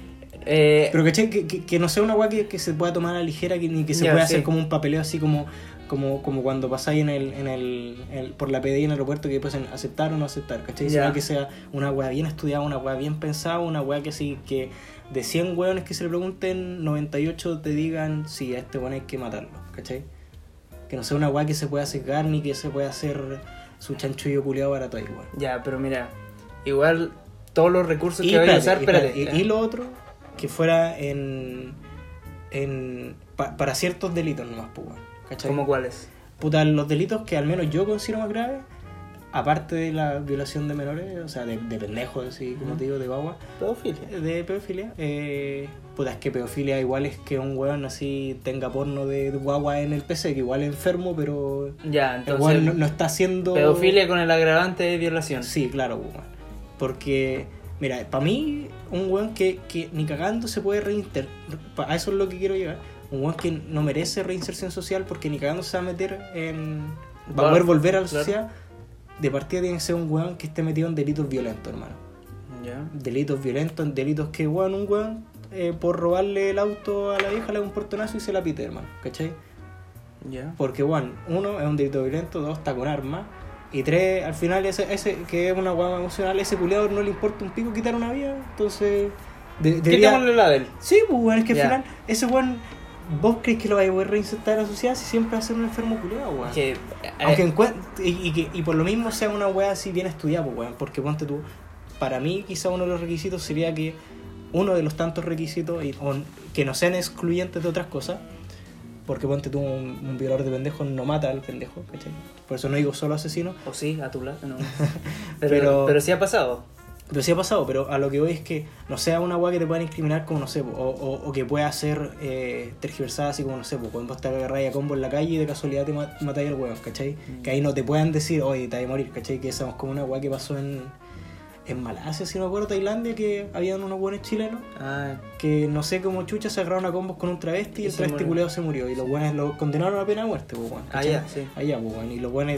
S2: Eh,
S3: Pero ¿cachai? Que, que, que no sea una weá que, que se pueda tomar a la ligera, que, ni que se
S2: Ya,
S3: pueda
S2: sí.
S3: hacer como un papeleo así como como, como cuando pasáis en el, en el, el- por la P D I en el aeropuerto, que después en aceptar o no aceptar, ¿cachai?
S2: Ya.
S3: Sino que sea una weá bien estudiada, una weá bien pensada, una weá que sí, que de cien weones que se le pregunten, noventa y ocho te digan sí, a este weón hay que matarlo, ¿cachai? Que no sea una weá que se pueda sesgar ni que se pueda hacer su chanchullo culiado barato ahí, weón.
S2: ya, pero mira. Igual todos los recursos
S3: Y,
S2: que vaya a
S3: espérate,
S2: usar.
S3: y, espérate,
S2: Espérate.
S3: y- y lo otro, que fuera en. en pa- para ciertos delitos nomás, pues, weón, ¿cachai?
S2: ¿Cómo cuáles?
S3: Puta, los delitos que al menos yo considero más graves, aparte de la violación de menores, o sea, de, de pendejos, así como te digo, de guagua,
S2: Pedofilia.
S3: de pedofilia, eh, puta, es que pedofilia igual es que un weón así tenga porno de, de guagua en el P C, que igual es enfermo, pero
S2: Ya,
S3: el
S2: entonces.
S3: weón no, no está haciendo...
S2: Pedofilia con el agravante de violación.
S3: Sí, claro, weón. Porque, mira, para mí, un weón que, que ni cagando se puede reinter... A eso es lo que quiero llegar. Un weón que no merece reinserción social porque ni cagando se va a meter en... Va a
S2: Claro,
S3: poder volver a la
S2: claro.
S3: sociedad. De partida tiene que ser un weón que esté metido en delitos violentos, hermano.
S2: Ya.
S3: Delitos violentos, en delitos que, weón, un weón eh, por robarle el auto a la vieja le da un portonazo y se la pite, hermano. ¿Cachai?
S2: Ya.
S3: Porque, bueno, uno, es un delito violento, dos, está con armas. Y tres, al final, ese, ese que es una guagua emocional, ese culiador no le importa un pico quitar una vida. Entonces, de- debería...
S2: Quitémosle la de él.
S3: Sí, pues, bueno, es que al
S2: Ya.
S3: final, ese weón, ¿vos crees que lo vaya a poder reinsertar a la sociedad si siempre va a ser un enfermo culiado, weón?
S2: Que, eh,
S3: Aunque encuen- y, y, que- y por lo mismo sea una weá así bien estudiada, pues, weón. Porque ponte tú, para mí, quizá uno de los requisitos sería que uno de los tantos requisitos, y, o que no sean excluyentes de otras cosas. Porque ponte tú, un, un violador de pendejos no mata al pendejo, ¿cachai? Por eso no digo solo asesino.
S2: O sí, a tu lado. No.
S3: Pero-
S2: Pero, pero, sí ha pasado.
S3: Pero sí ha pasado, pero a lo que voy es que no sea una weá que te puedan incriminar como, no sé, po, o, o, o que pueda ser eh, tergiversada así como, no sé, po, cuando vos te agarráis a combo en la calle y de casualidad te ma- matáis al weón, ¿cachai?
S2: Mm.
S3: Que ahí no te puedan decir, oye, te vas a morir, ¿cachai? Que esa es como una weá que pasó en, en Malasia, si no me acuerdo, Tailandia, que habían unos buenos chilenos
S2: Ah,
S3: que no sé cómo chucha se agarraron a combos con un travesti y,
S2: Y
S3: el
S2: se
S3: travesti
S2: murió.
S3: culeo se murió y los buenos lo condenaron a pena de muerte, pues, weón,
S2: ah,
S3: ¿cachai?
S2: ya, sí.
S3: Allá, pues, weón, y los buenos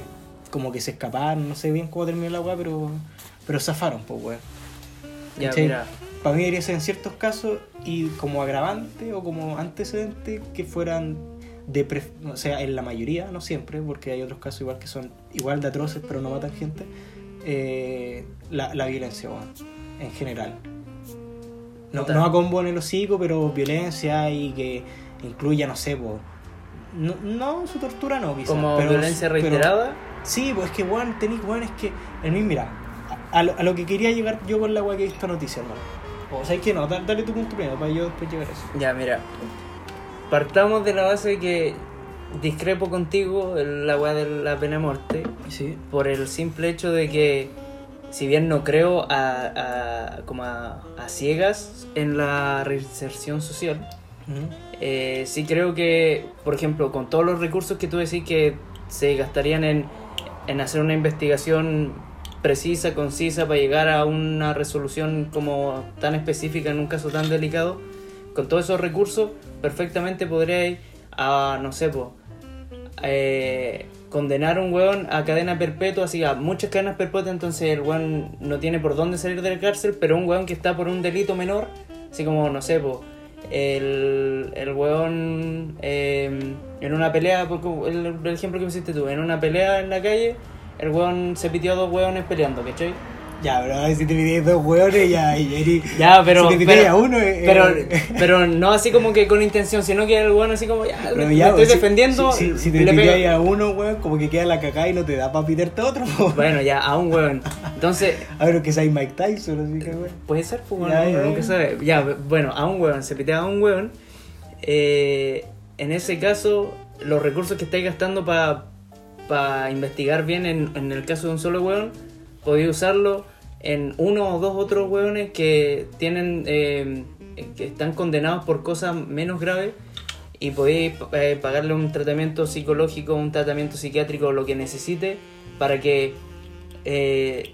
S3: como que se escaparon, no sé bien cómo terminó la weá, pero, pero zafaron, pues weón.
S2: Ya,
S3: ¿Cachai?
S2: mira.
S3: Para mí debería ser en ciertos casos y como agravante o como antecedente que fueran de pref- o sea, en la mayoría, no siempre, porque hay otros casos igual que son igual de atroces pero no matan gente, eh, la, la violencia, bueno, en general. No, no a combo en el hocico, pero violencia y que incluya, no sé, po, no, no su tortura no, quizás.
S2: Como
S3: pero,
S2: violencia reiterada.
S3: Pero, sí, pues es que, weón, tenéis, weón, es que, el mismo, mira, a, a, lo, a lo que quería llegar yo con la weá que he visto noticias, hermano. O sea, es que no, dale, dale tu punto primero para yo después llegar a eso.
S2: Ya, mira. Partamos de la base de que discrepo contigo en la weá de la pena de muerte.
S3: Sí.
S2: Por el simple hecho de que, si bien no creo a, a, como a, a ciegas en la reinserción social,
S3: Uh-huh.
S2: eh, sí creo que, por ejemplo, con todos los recursos que tú decís que se gastarían en, en hacer una investigación precisa, concisa, para llegar a una resolución como tan específica en un caso tan delicado, con todos esos recursos perfectamente podríais, a, no sé, po, eh, condenar a un weón a cadena perpetua, así a muchas cadenas perpetuas, entonces el weón no tiene por dónde salir de la cárcel, pero un weón que está por un delito menor, así como, no sé, po, el, el weón eh, en una pelea, porque el, el ejemplo que me hiciste tú, en una pelea en la calle, el weón se pitió a dos weones peleando, ¿cachai?
S3: Ya, pero a ver si te pides dos hueones ya, y, y,
S2: Ya, pero,
S3: si te
S2: pero,
S3: a uno, eh,
S2: pero,
S3: eh,
S2: pero no así como que con intención, sino que el weón así como, ya,
S3: pero
S2: me
S3: ya,
S2: estoy
S3: si,
S2: defendiendo,
S3: Si, si, si te
S2: le
S3: pides
S2: pego.
S3: a uno, weón, como que queda la cagada y no te da para piterte a otro, weón.
S2: Bueno, ya, a un weón. Entonces,
S3: A ver, que sea Mike Tyson, así que, weón.
S2: puede ser, pues, bueno,
S3: Ya,
S2: uno
S3: ya,
S2: nunca
S3: ya.
S2: sabe. Ya, bueno, a un weón, se pitea a un weón. Eh, en ese caso, los recursos que estáis gastando para pa investigar bien en, en el caso de un solo weón, podéis usarlo en uno o dos otros weones que tienen eh, que están condenados por cosas menos graves y podéis eh, pagarle un tratamiento psicológico, un tratamiento psiquiátrico, lo que necesite para que eh,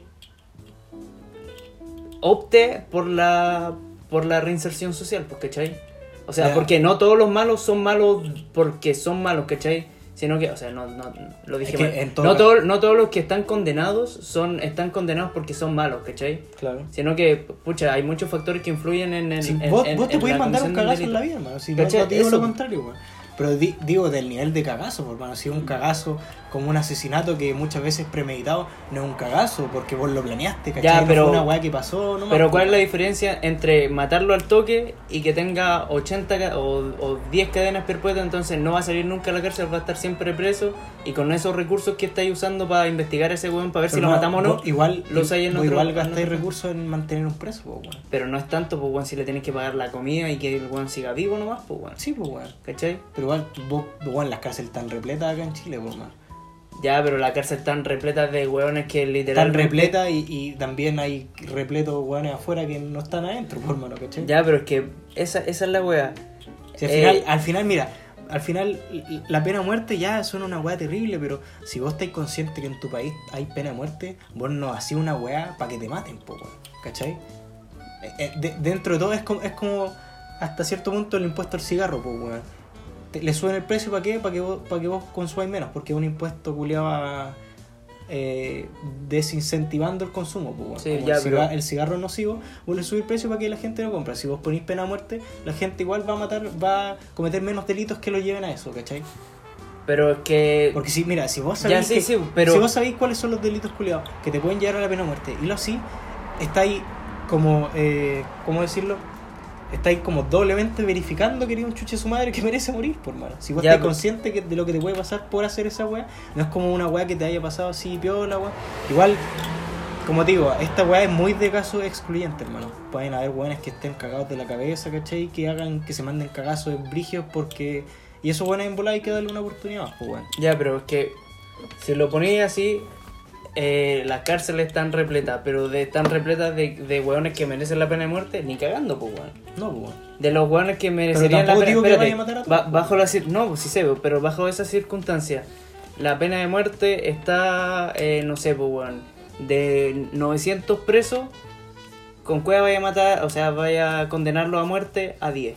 S2: opte por la por la reinserción social, pues, ¿cachai? O sea,
S3: Ya.
S2: porque no todos los malos son malos porque son malos, ¿cachai? Sino que, o sea, no, no lo dije
S3: Es que
S2: mal.
S3: en todo
S2: No,
S3: caso-
S2: todo- no todos los que están condenados son están condenados porque son malos, ¿cachai?
S3: Claro.
S2: Sino que, pucha, hay muchos factores que influyen en... en,
S3: Sí,
S2: en-
S3: vos,
S2: en-
S3: vos te
S2: en
S3: podés
S2: la
S3: mandar un
S2: comisión del
S3: cagazo en la
S2: delito.
S3: vida, hermano. Si no,
S2: ¿Cachai?
S3: no te digo
S2: Eso.
S3: lo contrario, weón. Pero di- digo del nivel de cagazo, por hermano. Si es un cagazo como un asesinato que muchas veces premeditado, no es un cagazo porque vos lo planeaste, ¿cachai?
S2: Ya,
S3: No
S2: pero-
S3: fue una weá que pasó, no
S2: Pero ¿cuál es la diferencia entre matarlo al toque y que tenga ochenta ca- o, o diez cadenas perpetuas? Entonces no va a salir nunca a la cárcel, va a estar siempre preso y con esos recursos que estáis usando para investigar a ese weón, para ver si lo matamos o no,
S3: Igual,
S2: lo usáis en
S3: vos
S2: otro-
S3: igual
S2: en
S3: gastáis
S2: otro-
S3: recursos en mantener un preso, pues, weón.
S2: Pero no es tanto, pues, weón, si le tenéis que pagar la comida y que el weón siga vivo nomás, pues, weón.
S3: Sí, pues, weón.
S2: ¿Cachai?
S3: Pero igual, vos, weón, las cárceles están repletas acá en Chile, pues, weón.
S2: Ya, pero la cárcel tan repleta de weones que
S3: Están
S2: literalmente...
S3: repletas y, y también hay repletos weones afuera que no están adentro, por hermano, ¿cachai?
S2: Ya, pero es que esa, esa es la wea.
S3: Si al,
S2: Eh,
S3: final, al final, mira, al final l- la pena de muerte ya suena una weá terrible, pero si vos estáis consciente que en tu país hay pena de muerte, vos no hacís una weá para que te maten, po, weón, ¿cachai? Eh, eh, de- dentro de todo es como, es como hasta cierto punto el impuesto al cigarro, pues, weón. Te- Le suben el precio para qué? Para que vos, para que vos consumáis menos, porque es un impuesto culiado a, eh, desincentivando el consumo, pues, weón.
S2: Sí,
S3: Como
S2: ya,
S3: el,
S2: pero-
S3: ciga- el cigarro nocivo, vos le subís el precio para que la gente no compra. Si vos ponís pena de muerte, la gente igual va a matar, va a cometer menos delitos que lo lleven a eso, ¿cachai?
S2: Pero es que...
S3: Porque si, mira, si vos
S2: Ya,
S3: sabéis
S2: sí,
S3: que-
S2: sí, pero-
S3: si vos sabéis cuáles son los delitos culiados que te pueden llevar a la pena de muerte, y lo así, estáis como, eh, ¿cómo decirlo? Estáis como doblemente verificando que eres un chuche su madre que merece morir, por mano. Si vos
S2: Ya,
S3: estás
S2: pero-
S3: consciente que, de lo que te puede pasar por hacer esa weá, no es como una weá que te haya pasado así, piola, weá. Igual, como te digo, esta weá es muy de caso excluyente, hermano. Pueden haber weones que estén cagados de la cabeza, ¿cachai? Que hagan, que se manden cagazos brigios porque... Y esos weones en volar hay que darle una oportunidad, pues weón.
S2: Ya, pero es que si lo ponéis así, eh, las cárceles están repletas, pero de, están repletas de, de hueones que merecen la pena de muerte, ni cagando, pues, weón.
S3: No, pues weón.
S2: De los hueones que merecerían la
S3: tampoco
S2: pena
S3: digo que
S2: espérate,
S3: vaya a matar a todos.
S2: ba- bajo la cir- no, pues sí sé, pero bajo esas circunstancias, la pena de muerte está, eh, no sé, pues, weón, de novecientos presos, con cueva vaya a matar, o sea, vaya a condenarlo a muerte a diez.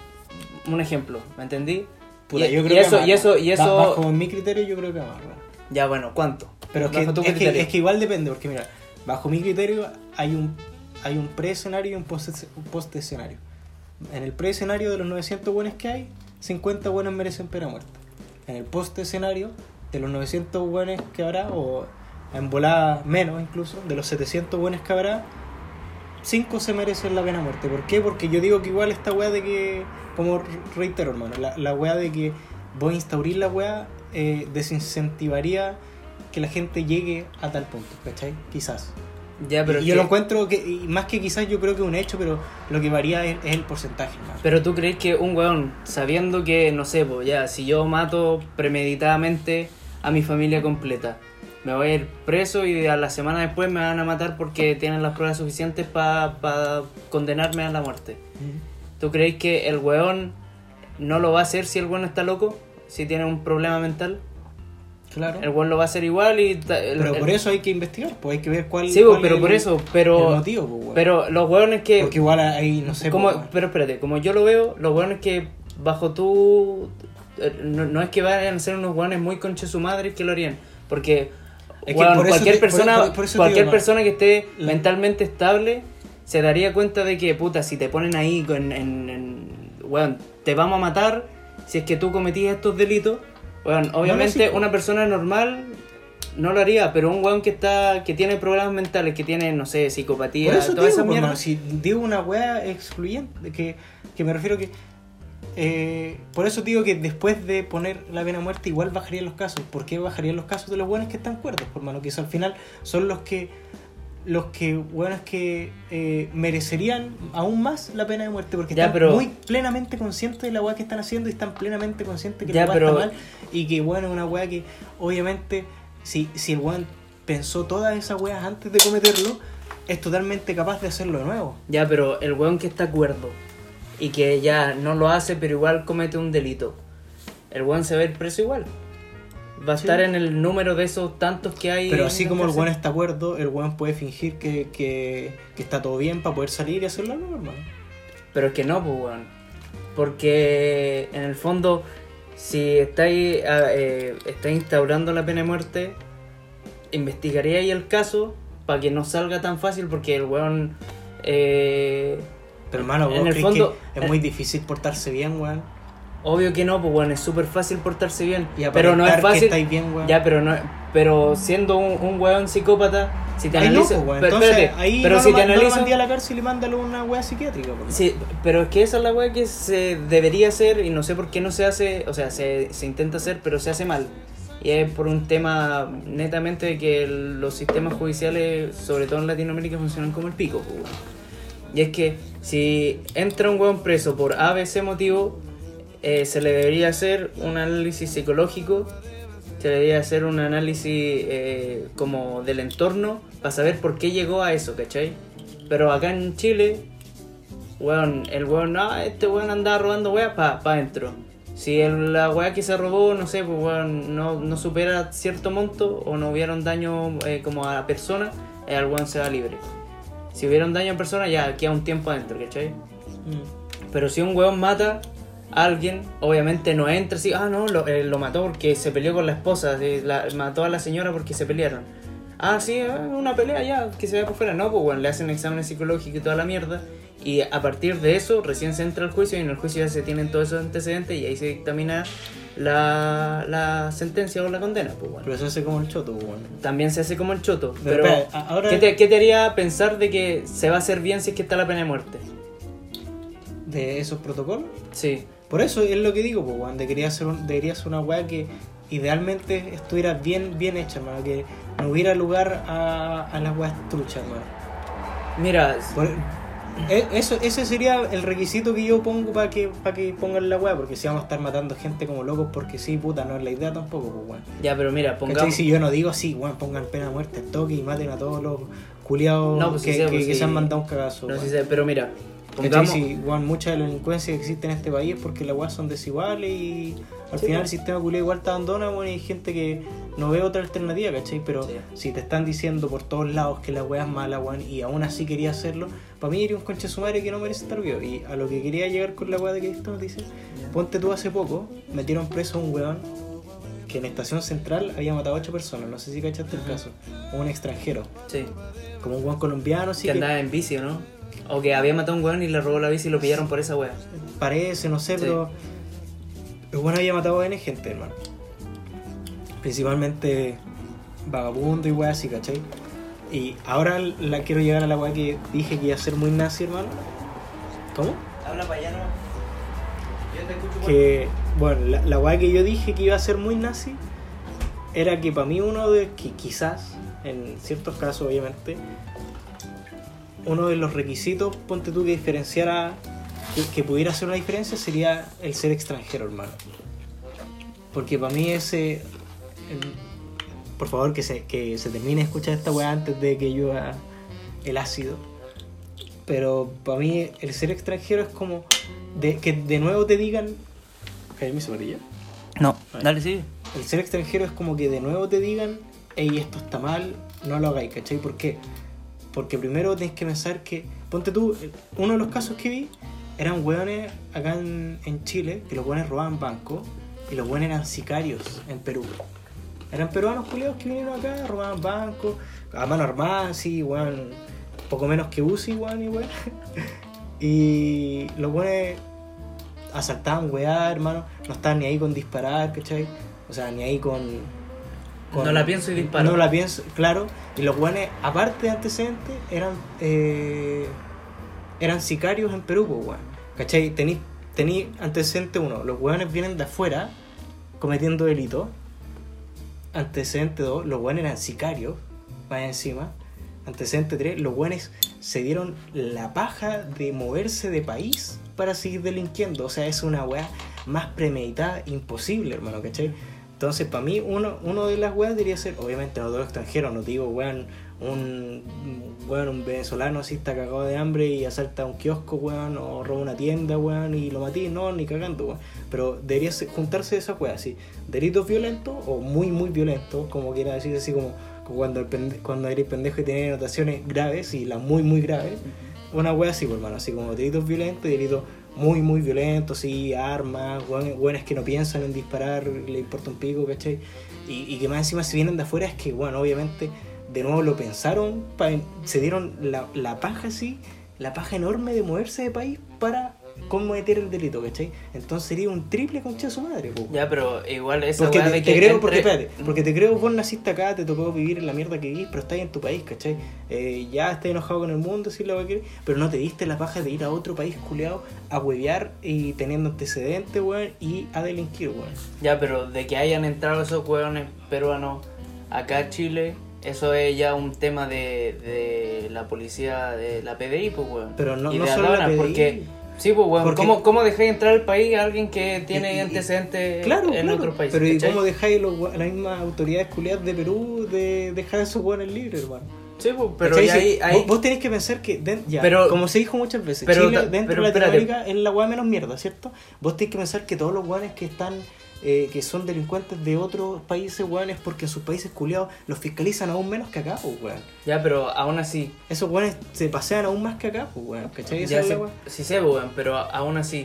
S2: Un ejemplo, ¿me entendí?
S3: Puta,
S2: y,
S3: yo
S2: y
S3: creo
S2: eso,
S3: que
S2: y eso, y
S3: Ba-
S2: eso,
S3: bajo mi criterio yo creo que más, weón.
S2: Ya, bueno, ¿cuánto?
S3: Pero es que,
S2: Bajo tu
S3: es, que,
S2: criterio.
S3: es que igual depende, porque mira, bajo mi criterio hay un, hay un pre-escenario y un post- un post-escenario. En el pre-escenario de los novecientos buenos que hay, cincuenta buenos merecen pena muerta. En el post-escenario, de los novecientos buenos que habrá, o en volada menos incluso, de los setecientos buenos que habrá, cinco se merecen la pena muerte. ¿Por qué? Porque yo digo que igual esta weá de que, como reitero hermano, la, la weá de que voy a instaurar la weá eh, desincentivaría que la gente llegue a tal punto, ¿cachai? Quizás.
S2: Ya, pero
S3: y
S2: es
S3: yo
S2: que-
S3: lo encuentro que, y más que quizás yo creo que es un hecho, pero lo que varía es, es el porcentaje, hermano.
S2: Pero tú crees que un weón, sabiendo que, no sé, pues ya, si yo mato premeditadamente a mi familia completa, me voy a ir preso y a la semana después me van a matar porque tienen las pruebas suficientes para pa condenarme a la muerte. ¿Tú crees que el weón no lo va a hacer si el weón está loco? Si tiene un problema mental.
S3: Claro.
S2: El weón lo va a hacer igual y... ta- el-
S3: Pero
S2: el-
S3: por eso hay que investigar, pues hay que ver cuál,
S2: Sí, pues,
S3: cuál
S2: pero
S3: es
S2: por
S3: el-
S2: eso, pero...
S3: el motivo, pues, weón.
S2: Pero los weones que...
S3: Porque igual hay, no sé,
S2: como,
S3: pues, weón.
S2: pero espérate, como yo lo veo, los weones que bajo tu... eh, No, no es que vayan a ser unos weones muy conche su madre que lo harían. Porque,
S3: Es que
S2: weón,
S3: por eso
S2: cualquier
S3: te- por-
S2: persona,
S3: por- por eso te
S2: cualquier
S3: digo,
S2: persona que esté
S3: la-
S2: mentalmente estable se daría cuenta de que, puta, si te ponen ahí con, en, en- weón, te vamos a matar si es que tú cometías estos delitos. Weón, obviamente
S3: sí, po.
S2: una persona normal no lo haría, pero un weón que está que tiene problemas mentales, que tiene, no sé, psicopatía,
S3: Por eso te
S2: toda
S3: digo,
S2: esa
S3: pues,
S2: mierda.
S3: hermano, si digo una weá excluyente, que, que me refiero que eh, por eso digo que después de poner la pena de muerte igual bajarían los casos. ¿Por qué bajarían los casos de los buenos que están cuerdos, por mano? Que eso al final son los que los que buenos que eh, merecerían aún más la pena de muerte, porque
S2: Ya,
S3: están
S2: pero-
S3: muy plenamente conscientes de la weá que están haciendo y están plenamente conscientes que
S2: Ya,
S3: la weá
S2: pero-
S3: está mal y que bueno es una weá que obviamente si, si el weón pensó todas esas weas antes de cometerlo, es totalmente capaz de hacerlo de nuevo.
S2: Ya, pero el weón que está cuerdo y que ya no lo hace, pero igual comete un delito, el weón se va a ir preso igual. Va a
S3: Sí.
S2: estar en el número de esos tantos que hay.
S3: Pero
S2: en
S3: así
S2: la
S3: como el
S2: cárcel.
S3: weón está acuerdo, el weón puede fingir que, que, que está todo bien para poder salir y hacerlo nuevo, hermano.
S2: Pero es que no, pues, weón. Porque en el fondo, si estáis, ah, eh, estáis instaurando la pena de muerte, investigaría ahí el caso para que no salga tan fácil, porque el weón. Eh,
S3: Pero hermano, vos
S2: En el
S3: crees
S2: fondo-
S3: que es muy difícil portarse bien, weón.
S2: obvio que no, pues, weón, es súper fácil portarse bien.
S3: Y
S2: Pero no es
S3: aparentar que
S2: fácil.
S3: estáis bien, weón.
S2: Ya, pero no, pero siendo un, un weón psicópata, si te
S3: Ahí no,
S2: analizas,
S3: pues, weón.
S2: pero,
S3: Entonces,
S2: espérate,
S3: ahí
S2: pero
S3: no,
S2: si
S3: lo,
S2: te
S3: ma- no lo
S2: analizas,
S3: mandé a la cárcel y mándalo a una wea psiquiátrica, por
S2: sí, pero es que esa es la weá que se debería hacer y no sé por qué no se hace, o sea, se, se intenta hacer, pero se hace mal. Y es por un tema netamente de que el- los sistemas judiciales, sobre todo en Latinoamérica, funcionan como el pico, pues, weón. Y es que si entra un weón preso por A B C motivo, eh, se le debería hacer un análisis psicológico, se le debería hacer un análisis eh, como del entorno para saber por qué llegó a eso, ¿cachai? Pero acá en Chile, weón, el weón, no, este weón andaba robando weas pa, pa adentro. Si el- la wea que se robó, no sé, pues weón, no, no supera cierto monto o no hubieron daño eh, como a la persona, eh, el weón se va libre. Si hubieron daño a persona, ya queda un tiempo adentro, ¿cachai?
S3: Mm.
S2: Pero si un weón mata a alguien, obviamente no entra así, ah, no, lo, eh, lo mató porque se peleó con la esposa, sí, la, mató a la señora porque se pelearon. Ah, sí, eh, una pelea ya, que se vaya por fuera. No, pues bueno, le hacen exámenes psicológicos y toda la mierda. Y a partir de eso, recién se entra al juicio y en el juicio ya se tienen todos esos antecedentes y ahí se dictamina la, la sentencia o la condena, pues bueno.
S3: Pero eso hace como el choto, weón.
S2: También se hace como el choto.
S3: Pero,
S2: Pero,
S3: espera, a- ahora-
S2: ¿qué, te, ¿qué te haría pensar de que se va a hacer bien si es que está la pena de muerte?
S3: De esos protocolos.
S2: Sí.
S3: Por eso es lo que digo, pues, weón. Debería ser, un- debería ser una weá que idealmente estuviera bien, bien hecha, hermano. Que no hubiera lugar a, a las weas truchas, hermano.
S2: Mira,
S3: Por- e- eso, ese sería el requisito que yo pongo para que, para que pongan la weá. Porque si vamos a estar matando gente como locos, porque sí, puta, no es la idea tampoco, pues, weón.
S2: ya, pero mira,
S3: ¿Cachai?
S2: pongamos...
S3: Si yo no digo así, weón, pongan pena de muerte al toque y maten a todos los culiados
S2: No, pues sí
S3: que,
S2: sé,
S3: que-
S2: pues
S3: que
S2: sí.
S3: se han mandado un cagazo.
S2: No
S3: weón.
S2: sé, pero mira,
S3: ¿Cachai?
S2: pongamos...
S3: Sí, weón, mucha de la delincuencia que existe en este país es porque las weas son desiguales y al
S2: Sí,
S3: final
S2: pues.
S3: el sistema culiado igual te abandona, weón, y hay gente que no ve otra alternativa, ¿cachai? Pero
S2: Sí.
S3: si te están diciendo por todos lados que la wea es mala, weón, y aún así quería hacerlo, para mí era un conche su madre que no merece estar vivo. Y a lo que quería llegar con la wea de que esto nos dice, ponte tú hace poco, metieron preso a un weón que en Estación Central había matado a ocho personas, no sé si cachaste el caso, un extranjero,
S2: Sí.
S3: como un weón colombiano, sí
S2: Que andaba en bici, ¿no? O que había matado a un weón y le robó la bici y lo pillaron por esa wea.
S3: parece, no sé,
S2: Sí.
S3: pero el weón había matado a N gente, hermano. Principalmente vagabundo y weá así, ¿cachai? Y ahora la quiero llegar a la weá que dije que iba a ser muy nazi, hermano. ¿Cómo?
S2: Habla para allá, ¿no? Yo te escucho.
S3: Que, bueno, la, la weá que yo dije que iba a ser muy nazi era que para mí uno de, que quizás, en ciertos casos obviamente, uno de los requisitos, ponte tú, que diferenciara, que, que pudiera hacer una diferencia sería el ser extranjero, hermano. Porque para mí ese... el- por favor, que se, que se termine de escuchar esta weá antes de que yo haga el ácido. Pero para mí el ser extranjero es como de, que de nuevo te digan... ¿Caí mi sombrilla?
S2: No, dale, sigue.
S3: El ser extranjero es como que de nuevo te digan, hey, esto está mal, no lo hagáis, ¿cachai? ¿Por qué? Porque primero tenés que pensar que, ponte tú, uno de los casos que vi eran hueones acá en, en Chile, que los hueones robaban bancos y los hueones eran sicarios en Perú. Eran peruanos culiados que vinieron acá, robaban bancos, a mano armada, así, weón, poco menos que U C I, weón, y weón. Y los hueones asaltaban, weá, hermano, no estaban ni ahí con disparar, ¿cachai? O sea, ni ahí con... con-
S2: No la pienso y disparo.
S3: No la pienso, claro. Y los guanes, aparte de antecedentes, eran eh, eran sicarios en Perú, pues, weón. ¿Cachai? Tení, tení antecedente uno, los guanes vienen de afuera cometiendo delitos. Antecedente dos, los guanes eran sicarios, más encima. Antecedente tres, los guanes se dieron la paja de moverse de país para seguir delinquiendo. O sea, es una weá más premeditada imposible, hermano, ¿cachai? Entonces, para mí, uno, uno de las weas debería ser, obviamente, no todo extranjero, no digo, weón, un, weón, un venezolano así está cagado de hambre y asalta un kiosco, weón, o roba una tienda, weón, y lo matí, no, ni cagando, weón. Pero debería ser- juntarse esa wea, así, delitos violentos o muy, muy violentos, como quiera decir, así como, como cuando, el pende- cuando eres pendejo y tienes anotaciones graves y las muy, muy graves, una wea así, pues, hermano, así como delitos violentos y delitos muy, muy violentos, sí, armas, buenas que no piensan en disparar, le importa un pico, ¿cachai? Y, y que más encima si vienen de afuera es que, bueno, obviamente, de nuevo lo pensaron, pa- se dieron la, la paja, sí, la paja enorme de moverse de país para cometer el delito, ¿cachai? Entonces sería un triple concha de su madre, po.
S2: Ya, pero igual esa
S3: Porque
S2: weá
S3: te,
S2: de
S3: te
S2: que
S3: creo,
S2: entre-
S3: porque espérate, porque te creo, vos naciste acá, te tocó vivir en la mierda que vivís, pero estás en tu país, ¿cachai? Eh, ya estás enojado con el mundo, sí lo que querés, pero no te diste la paja de ir a otro país culeado a huevear y teniendo antecedentes, weón, y a delinquir, weón.
S2: Ya, pero de que hayan entrado esos hueones peruanos acá a Chile, eso es ya un tema de, de la policía, de la P D I, pues, weón.
S3: Pero no-
S2: Y
S3: no
S2: de
S3: solo la
S2: aduanas,
S3: P D I.
S2: porque... Sí, pues, weón,
S3: Porque-
S2: ¿cómo, ¿cómo dejáis entrar al país a alguien que tiene
S3: Y- y-
S2: antecedentes
S3: Claro,
S2: en
S3: claro,
S2: otros países?
S3: pero ¿y
S2: ¿cachai?
S3: cómo dejáis los, we- las mismas autoridades culiadas de Perú de dejar a esos weones libres, hermano?
S2: Sí, pues, pero
S3: ¿Cachai?
S2: ya
S3: Si-
S2: ahí... ahí-
S3: Vos, vos tenés que pensar que, den- ya,
S2: Pero-
S3: como se dijo muchas veces,
S2: pero
S3: Chile
S2: ta-
S3: dentro
S2: pero
S3: de
S2: espérate.
S3: Latinoamérica es la weá menos mierda, ¿cierto? Vos tenés que pensar que todos los weones que están, eh, que son delincuentes de otros países, weones, porque en sus países culiados los fiscalizan aún menos que acá, pues, weón.
S2: Ya, pero aún así...
S3: Esos weones se pasean aún más que acá, pues, weón, ¿cachai? Esa
S2: Ya
S3: es la
S2: sé,
S3: weá.
S2: sí sé, weón, pero aún así...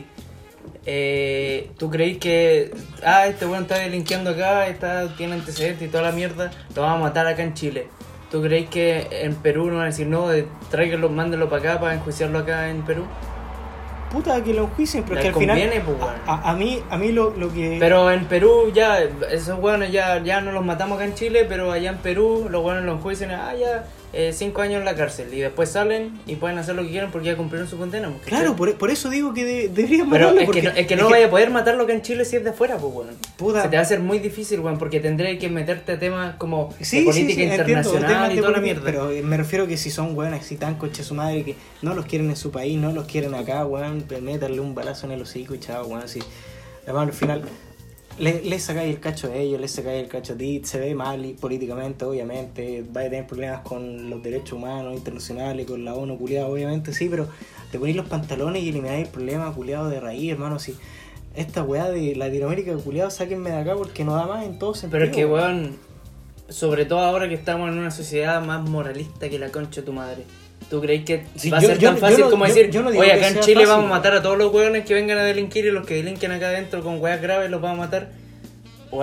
S2: Eh, ¿Tú creís que... Ah, este weón está delinquiendo acá, está, tiene antecedentes y toda la mierda, lo vamos a matar acá en Chile? ¿Tú creís que en Perú no van a decir no, de, tráiganlo, mándenlo para acá para enjuiciarlo acá en Perú?
S3: Puta, que lo enjuicien, pero es
S2: Les
S3: que al final...
S2: conviene, pues, weón.
S3: a, a- a mí, a mí lo, lo que...
S2: Pero en Perú ya, esos weones ya, ya no los matamos acá en Chile, pero allá en Perú los weones los enjuician, ah, ya, eh, cinco años en la cárcel. Y después salen y pueden hacer lo que quieran porque ya cumplieron su condena. pues, ¿cachai?
S3: Claro, por, por eso digo que de- deberían
S2: Pero
S3: matarlo,
S2: es
S3: porque-
S2: que, no, es que no vaya a poder matarlo acá en Chile si es de afuera, pues, weón.
S3: Puta.
S2: Se te va a hacer muy difícil, weón, porque tendré que meterte a temas como
S3: Sí,
S2: de política
S3: sí, sí, entiendo,
S2: internacional
S3: temas
S2: y
S3: de
S2: toda la
S3: política,
S2: mierda.
S3: Pero eh, me refiero que si son weones así tan coche su madre que no los quieren en su país, no los quieren acá, weón, pues métanle un balazo en el hocico y chao, weón, así. Además, al final, le, le sacáis el cacho a ellos, le sacáis el cacho a ti, se ve mal y políticamente, obviamente, va a tener problemas con los derechos humanos internacionales, con la ONU, culiado, obviamente, sí, pero te ponéis los pantalones y elimináis el problema, culiado, de raíz, hermano, si esta weá de Latinoamérica, culiado, sáquenme de acá porque no da más en todo sentido.
S2: Pero es que, weón, sobre todo ahora que estamos en una sociedad más moralista que la concha de tu madre. ¿Tú crees que
S3: Sí,
S2: va a
S3: yo-
S2: ser
S3: yo-
S2: tan
S3: yo
S2: fácil
S3: no-
S2: como
S3: yo-
S2: decir,
S3: yo no digo
S2: oye,
S3: que
S2: acá en
S3: sea
S2: Chile
S3: fácil.
S2: vamos a matar a todos los weones que vengan a delinquir y los que delinquen acá adentro con weas graves los vamos a matar? Weón,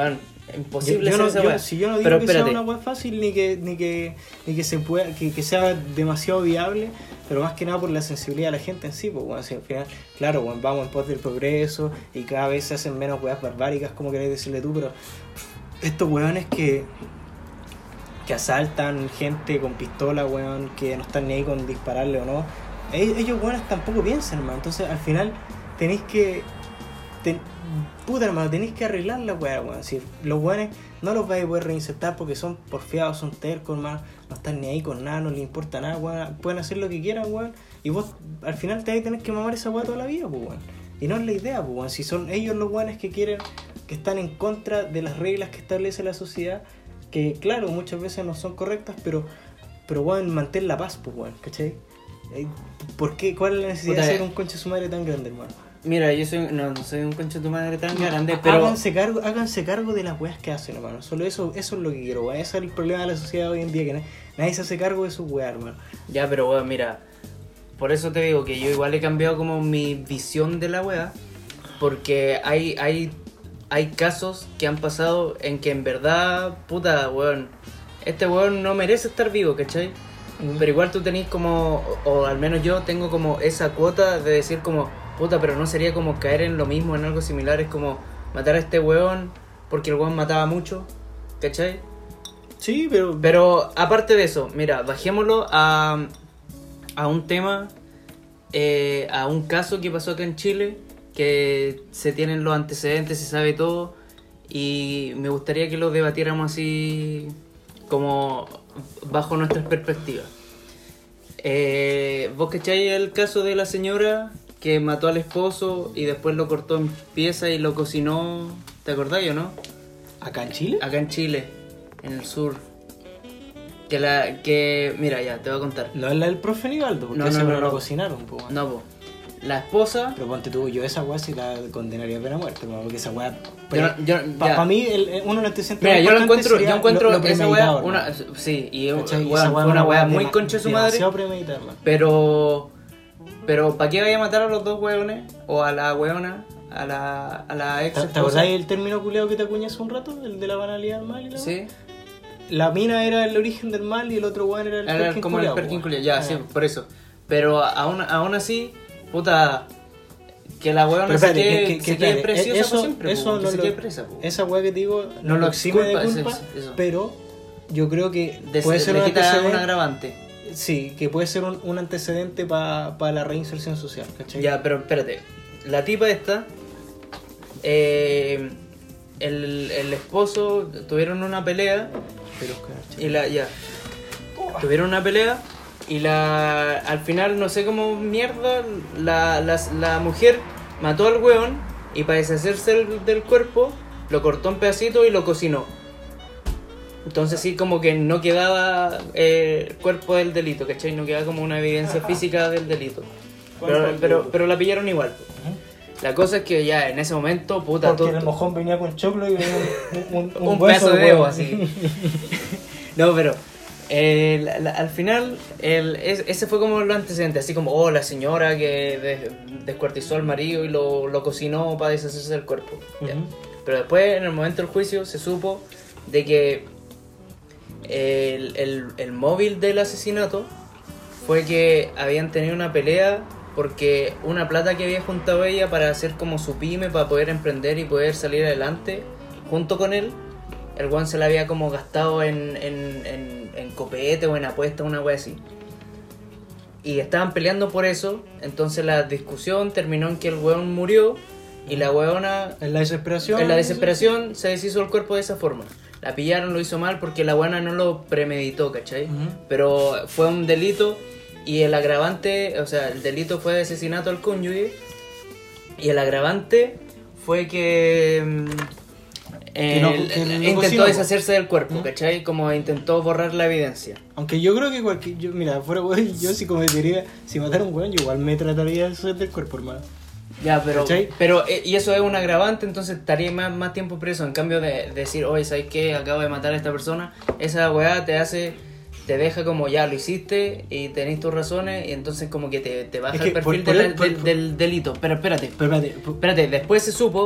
S2: imposible
S3: yo, yo
S2: hacer
S3: no,
S2: esa
S3: yo-
S2: weá.
S3: Si yo no digo
S2: Pero
S3: que
S2: espérate,
S3: sea una weá fácil ni que, ni que, ni que se pueda, que, que sea demasiado viable, pero más que nada por la sensibilidad de la gente en sí, pues bueno, si al final, claro, bueno, vamos en pos del progreso y cada vez se hacen menos weas barbáricas, como querés decirle tú, pero estos weones que que asaltan gente con pistola, weón, que no están ni ahí con dispararle o no, ellos, ellos weones tampoco piensan, hermano, entonces al final tenéis que ten- puta hermano, tenéis que arreglar la weá, weón. Si los weones no los vais a poder reinsertar porque son porfiados, son tercos, hermano, no están ni ahí con nada, no les importa nada, weón. Pueden hacer lo que quieran, weón. Y vos al final te vais a tener que mamar esa weá toda la vida, pues, weón. Y no es la idea, pues, weón. Si son ellos los weones que quieren, que están en contra de las reglas que establece la sociedad, que claro, muchas veces no son correctas, pero, pero weón, mantén la paz, pues, weón, ¿cachai? Eh, ¿Por qué? ¿Cuál es la necesidad
S2: Puta,
S3: de ser
S2: eh.
S3: un concha de su madre tan grande, hermano?
S2: mira, yo soy, no, no soy un concha de tu madre tan grande, pero...
S3: Háganse cargo, háganse cargo de las weas que hacen, hermano. Solo eso, eso es lo que quiero, weón. Ese es el problema de la sociedad hoy en día, que na- nadie se hace cargo de sus weas, hermano.
S2: Ya, pero weón, mira, por eso te digo que yo igual he cambiado como mi visión de la weá, porque hay, hay, hay casos que han pasado en que en verdad, puta, weón, este weón no merece estar vivo, ¿cachai?
S3: Mm.
S2: Pero igual tú tenés como, o, o al menos yo tengo como esa cuota de decir como, puta, pero no sería como caer en lo mismo, en algo similar, es como matar a este weón porque el weón mataba mucho, ¿cachai?
S3: Sí, pero...
S2: Pero aparte de eso, mira, bajémoslo a, a un tema, eh, a un caso que pasó acá en Chile, que se tienen los antecedentes, se sabe todo, y me gustaría que lo debatiéramos así como bajo nuestras perspectivas. Eh, ¿Vos cacháis el caso de la señora que mató al esposo y después lo cortó en piezas y lo cocinó? ¿Te acordáis o no?
S3: ¿Acá en Chile?
S2: Acá en Chile, en el sur. Que la, que, mira, ya, te voy a contar.
S3: No es la del profe Nivaldo, porque
S2: No,
S3: ese
S2: no,
S3: no,
S2: no,
S3: lo
S2: no.
S3: cocinaron, po, weón.
S2: No, po. La esposa...
S3: Pero ponte tú, yo esa wea sí la condenaría a pena muerte, hermano, porque esa wea...
S2: Yo, yo,
S3: Para
S2: ya.
S3: mí, el, uno de los antecedentes
S2: Mira,
S3: más
S2: yo lo
S3: importantes
S2: encuentro,
S3: sería
S2: yo encuentro
S3: lo- lo
S2: esa
S3: premeditado,
S2: weá, una,
S3: hermano.
S2: sí, y
S3: ¿Cachai? Y
S2: weón,
S3: esa
S2: fue
S3: wea
S2: una
S3: es
S2: weá muy
S3: dema-
S2: concha de su madre,
S3: demasiado premeditada, hermano.
S2: pero, pero ¿para qué vaya a matar a los dos weones? O a la weona, a la, a la ex
S3: ¿Te, ¿Te
S2: esposa.
S3: acordás el término culeado que te acuñé hace un rato? El de la banalidad del mal y la
S2: Sí,
S3: wea? La mina era el origen del mal y el otro weón era el
S2: era
S3: Perkin
S2: como
S3: culiao,
S2: el Perkin
S3: po,
S2: culiao,
S3: weón.
S2: ya, sí,
S3: Ah.
S2: por eso. Pero aún, aún así, puta, que la weona
S3: Pero
S2: se
S3: espérate,
S2: quede,
S3: que- que-
S2: se quede
S3: espérate,
S2: preciosa
S3: eso,
S2: por siempre,
S3: eso
S2: po, que
S3: no
S2: se
S3: lo-
S2: quede presa, po.
S3: Esa weá que te digo
S2: No
S3: no
S2: lo
S3: lo exime de
S2: exculpa,
S3: culpa,
S2: ese- eso.
S3: pero yo creo que
S2: De-
S3: puede ser
S2: le
S3: un
S2: quita un
S3: antecedente.
S2: agravante.
S3: Sí, que puede ser un, un antecedente para la reinserción social, ¿cachai?
S2: Ya, pero espérate. La tipa esta, eh, el, el esposo, tuvieron una pelea
S3: Pero, cacha.
S2: y la, ya, tuvieron una pelea y la, al final no sé cómo mierda, la, la, la mujer mató al weón y para deshacerse del, del cuerpo lo cortó en pedacitos y lo cocinó. Entonces sí, como que no quedaba eh, el cuerpo del delito, ¿cachai? No quedaba como una evidencia física del delito. Pero, pero, pero la pillaron igual. La cosa es que ya en ese momento, puta,
S3: Porque
S2: todo,
S3: el mojón venía con choclo y venía un, un, un,
S2: un
S3: hueso
S2: pedazo de dedo
S3: huevo.
S2: así. No, pero eh, la- la- al final el, es- ese fue como lo antecedente, así como, oh, la señora que des- descuartizó al marido y lo, lo cocinó para deshacerse del cuerpo. Ya.
S3: Ujú.
S2: Pero después, en el momento del juicio, se supo de que el, el, el móvil del asesinato fue que habían tenido una pelea porque una plata que había juntado ella para hacer como su pyme, para poder emprender y poder salir adelante junto con él, el weón se la había como gastado en, en, en, en copete o en apuesta, una wea así. Y estaban peleando por eso, entonces la discusión terminó en que el weón murió y la weona
S3: En la desesperación.
S2: en la desesperación se deshizo el cuerpo de esa forma. La pillaron, lo hizo mal porque la buena no lo premeditó, ¿cachai?
S3: Ujú.
S2: Pero fue un delito y el agravante, o sea, el delito fue de asesinato al cónyuge y el agravante fue que, mm,
S3: Que no-
S2: él-
S3: que lo
S2: intentó
S3: cocinó,
S2: deshacerse del cuerpo,
S3: Ujú.
S2: ¿cachai? Como intentó borrar la evidencia.
S3: Aunque yo creo que cualquier. Yo, mira, fuera weón, yo si cometería. Si matara a un weón, yo igual me trataría de deshacer del cuerpo, hermano.
S2: Ya, pero,
S3: ¿Cachai?
S2: pero eh, y eso es un agravante, entonces estaría más, más tiempo preso. En cambio de, de decir, oye, ¿sabes qué? Acabo de matar a esta persona. Esa weá te hace, te deja como ya lo hiciste y tenés tus razones y entonces como que te, te baja
S3: Es que
S2: el perfil
S3: por- por
S2: de la-
S3: el- por-
S2: del,
S3: por-
S2: del delito. Pero espérate,
S3: Pero espérate, pu-
S2: espérate, después se supo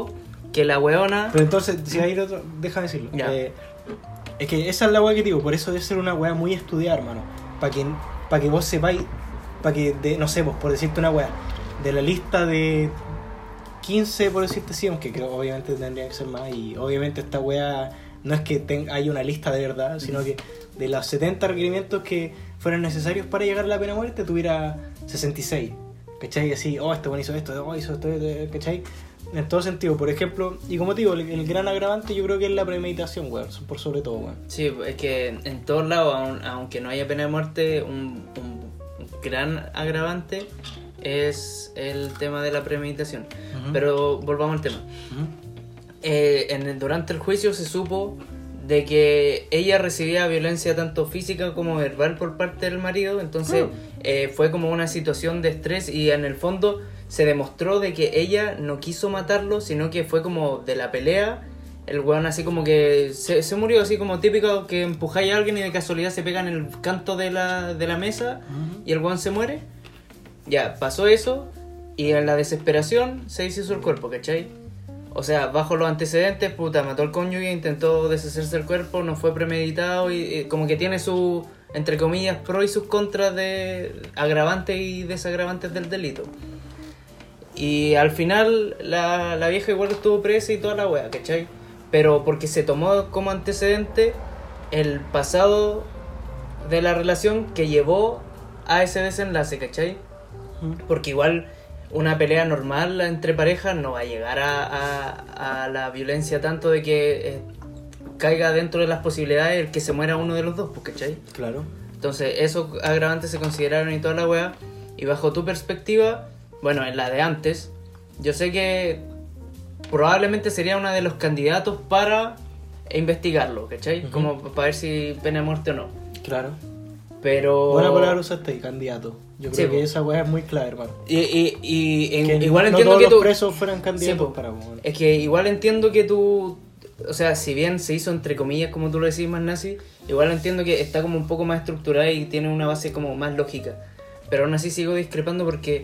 S2: que la weona...
S3: Pero entonces, si hay otro, déjame decirlo. Eh, es que esa es la weá que digo, por eso debe ser una weá muy estudiada, hermano. Para que, pa que vos sepáis, para que, de, no sé, pues, por decirte una weá, de la lista de quince, por decirte así, aunque creo obviamente tendría que ser más, y obviamente esta weá no es que ten, haya una lista de verdad, sino que de los setenta requerimientos que fueran necesarios para llegar a la pena de muerte, tuviera sesenta y seis. ¿Cachai? Así, oh, este bueno hizo esto, oh, hizo esto, ¿cachai? En todo sentido, por ejemplo, y como te digo, el, el gran agravante yo creo que es la premeditación, weón, por sobre todo, weón.
S2: Sí, es que en todos lados, aun, aunque no haya pena de muerte, un, un, un gran agravante es el tema de la premeditación. Uh-huh. Pero volvamos al tema. Uh-huh. Eh, en el, durante el juicio se supo de que ella recibía violencia tanto física como verbal por parte del marido, entonces uh. eh, fue como una situación de estrés y en el fondo se demostró de que ella no quiso matarlo, sino que fue como de la pelea, el weón así como que se, se murió, así como típico que empujáis a alguien y de casualidad se pega en el canto de la, de la mesa uh-huh. y el weón se muere. Ya, pasó eso y en la desesperación se deshizo el cuerpo, ¿cachai? O sea, bajo los antecedentes, puta, mató al cónyuge, intentó deshacerse del cuerpo, no fue premeditado y, y como que tiene su, entre comillas, pros y sus contras de agravantes y desagravantes del delito. Y al final la, la vieja igual estuvo presa y toda la wea, ¿cachai? Pero porque se tomó como antecedente el pasado de la relación que llevó a ese desenlace, ¿cachai? Porque igual una pelea normal entre parejas no va a llegar a, a, a la violencia tanto de que eh, caiga dentro de las posibilidades el que se muera uno de los dos, ¿cachai?
S3: Claro.
S2: Entonces esos agravantes se consideraron y toda la wea. Y bajo tu perspectiva, bueno, en la de antes, yo sé que probablemente sería uno de los candidatos para investigarlo, ¿cachai? Uh-huh. Como para ver si pena de muerte o no.
S3: Claro.
S2: Pero...
S3: Buena palabra usaste ahí, candidato. Yo creo sí, que esa weá es muy clave, hermano.
S2: Y, y, y en,
S3: que
S2: igual
S3: no
S2: entiendo
S3: todos
S2: que
S3: los
S2: tú...
S3: presos fueran candidatos
S2: sí,
S3: para... Bueno.
S2: Es que igual entiendo que tú... O sea, si bien se hizo entre comillas, como tú lo decís, más nazi, igual entiendo que está como un poco más estructurada y tiene una base como más lógica. Pero aún así sigo discrepando porque...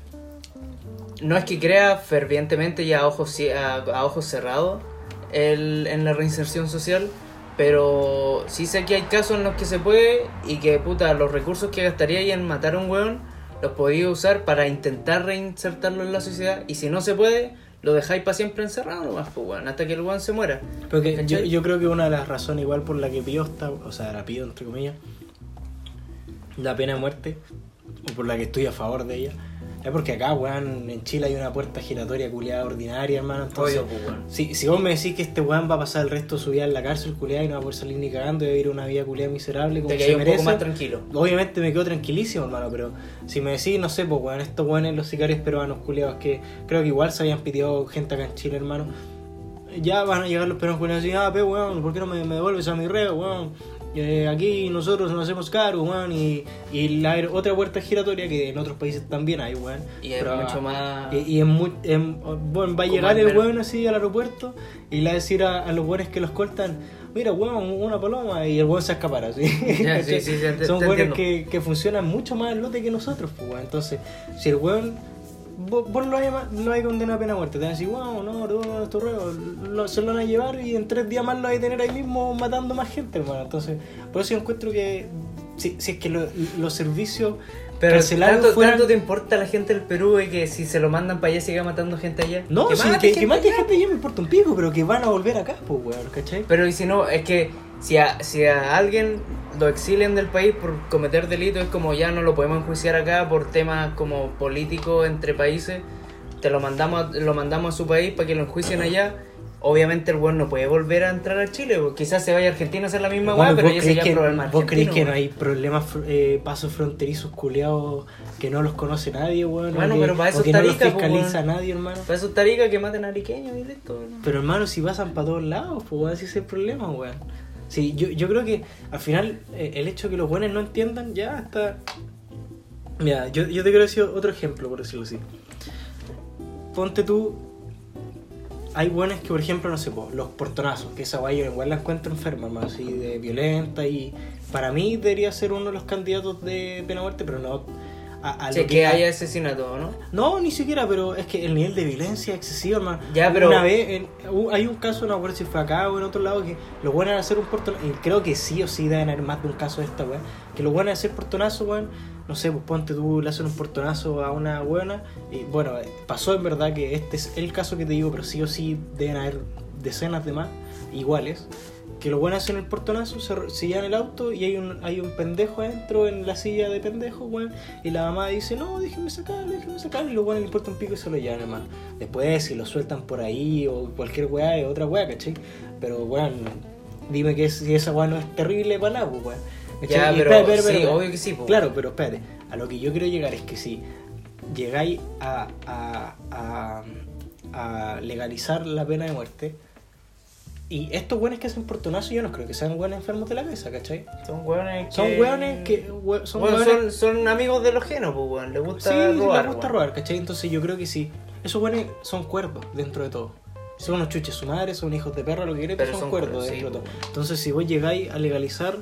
S2: No es que crea fervientemente y a ojos, a, a ojos cerrados el, en la reinserción social, pero sí sé que hay casos en los que se puede y que puta los recursos que gastaría ahí en matar a un weón los podía usar para intentar reinsertarlo en la sociedad, y si no se puede lo dejáis para siempre encerrado nomás, pues weón, hasta que el weón se muera.
S3: Porque yo, yo creo que una de las razones igual por la que pidió esta, o sea, la pido entre comillas, la pena de muerte, o por la que estoy a favor de ella, es porque acá, weón, en Chile hay una puerta giratoria culiada ordinaria, hermano. Entonces,
S2: Obvio, pues, weón.
S3: si, si vos me decís que este weón va a pasar el resto de su vida en la cárcel culiada y no va a poder salir ni cagando y va a vivir una vida culiada miserable como
S2: te
S3: se
S2: un
S3: merece,
S2: poco más tranquilo.
S3: Obviamente me quedo tranquilísimo, hermano, pero si me decís, no sé, pues weón, estos weones, los sicarios peruanos culiados que creo que igual se habían pitido gente acá en Chile, hermano, ya van a llegar los peruanos culiados y decir, ah, pe, weón, ¿por qué no me, me devuelves a mi reo, weón? Eh, aquí nosotros nos hacemos cargo, weón, y, y la otra puerta giratoria que en otros países también hay, weón.
S2: Y es mucho más...
S3: Y, y en muy, en, bueno, va a llegar el weón así al aeropuerto y le va a decir a, a los weones que los cortan, mira, weón, una paloma, y el weón se escapara, ¿sí?
S2: Ya, sí, sí, sí, te,
S3: son
S2: te
S3: weones que, que funcionan mucho más al lote que nosotros, pues, weón. Entonces, si el weón... Vos, vos lo vais a condenar a pena de muerte, te van a decir, wow, no, no, esto ruego, lo, se lo van a llevar y en tres días más lo vais a tener ahí mismo matando más gente, hermano. Entonces, por eso yo encuentro que si, si es que lo, los servicios
S2: pero tanto, fueran... ¿tanto te importa la gente del Perú y que si se lo mandan para allá siga matando gente allá?
S3: No, que sí, mate que, gente, que mate allá. gente allá me importa un pico, pero que van a volver acá, pues, weón, ¿cachai?
S2: Pero y si no, es que si a, si a alguien lo exilian del país por cometer delitos, es como ya no lo podemos enjuiciar acá por temas como políticos entre países, te lo mandamos, lo mandamos a su país para que lo enjuicien allá. Obviamente el weón no puede volver a entrar a Chile, quizás se vaya a Argentina a hacer la misma weá, pero ya sería problema.
S3: ¿Vos crees que no hay problemas, eh, pasos fronterizos culiados que no los conoce nadie, weón?
S2: Bueno,
S3: que,
S2: pero para eso
S3: que
S2: está
S3: no
S2: rica,
S3: los fiscaliza
S2: pues,
S3: nadie, hermano.
S2: Para eso está rica, que maten a ariqueños y listo, ¿no?
S3: Pero hermano, si pasan para todos lados, pues weón, si ese es el problema, weón. Sí, yo, yo creo que al final eh, el hecho de que los buenos no entiendan ya está... Mira, yo, yo te quiero decir otro ejemplo, por decirlo así. Ponte tú... Hay buenos que, por ejemplo, no sé, po, los portonazos, que esa guay yo igual la encuentro enferma, más así de violenta, y para mí debería ser uno de los candidatos de pena de muerte, pero no... a, a
S2: Sí,
S3: lo
S2: que,
S3: que
S2: haya asesinato, ¿no?
S3: No, ni siquiera, pero es que el nivel de violencia es excesivo, hermano.
S2: Ya, pero-
S3: Una vez, en- hu- hay un caso, no me acuerdo si fue acá o en otro lado, que los buenos hacer un portonazo, y creo que sí o sí deben haber más de un caso de esta, weón, que los buenos hacer portonazo, weón, no sé, pues ponte tú, le hacen un portonazo a una buena, y bueno, eh, pasó en verdad que este es el caso que te digo, pero sí o sí deben haber decenas de más, iguales, que los buenos hacen el portonazo, se, se llevan el auto y hay un, hay un pendejo adentro en la silla de pendejo, weón, y la mamá dice, no, déjenme sacar, déjenme sacar, y los buenos le importa un pico y se lo llevan, hermano. Después, si lo sueltan por ahí o cualquier weá, es otra weá, ¿cachai? Pero, weón, dime que si esa weá no es terrible para nada, pues, weón. ¿Cachai?
S2: Ya,
S3: Y
S2: pero
S3: espera, espera,
S2: sí,
S3: espera.
S2: obvio que sí, po.
S3: Claro, pero espérate, a lo que yo quiero llegar es que si llegáis a, a, a, a legalizar la pena de muerte, y estos weones que hacen portonazo, yo no creo que sean weones enfermos de la cabeza, ¿cachai?
S2: Son hueones que...
S3: Son weones que... we- son
S2: Bueno,
S3: weones-
S2: son, son amigos de los genos, pues, weón. Les gusta
S3: sí,
S2: robar,
S3: les gusta
S2: weón.
S3: robar, ¿cachai? Entonces yo creo que sí. Esos weones son cuerdos dentro de todo. Son unos chuches su madre, son hijos de perra, lo que quieran, pero,
S2: Pero
S3: son
S2: son
S3: cuerdos
S2: cuerdos,
S3: dentro
S2: sí,
S3: de todo.
S2: pues.
S3: Entonces si vos llegáis a legalizar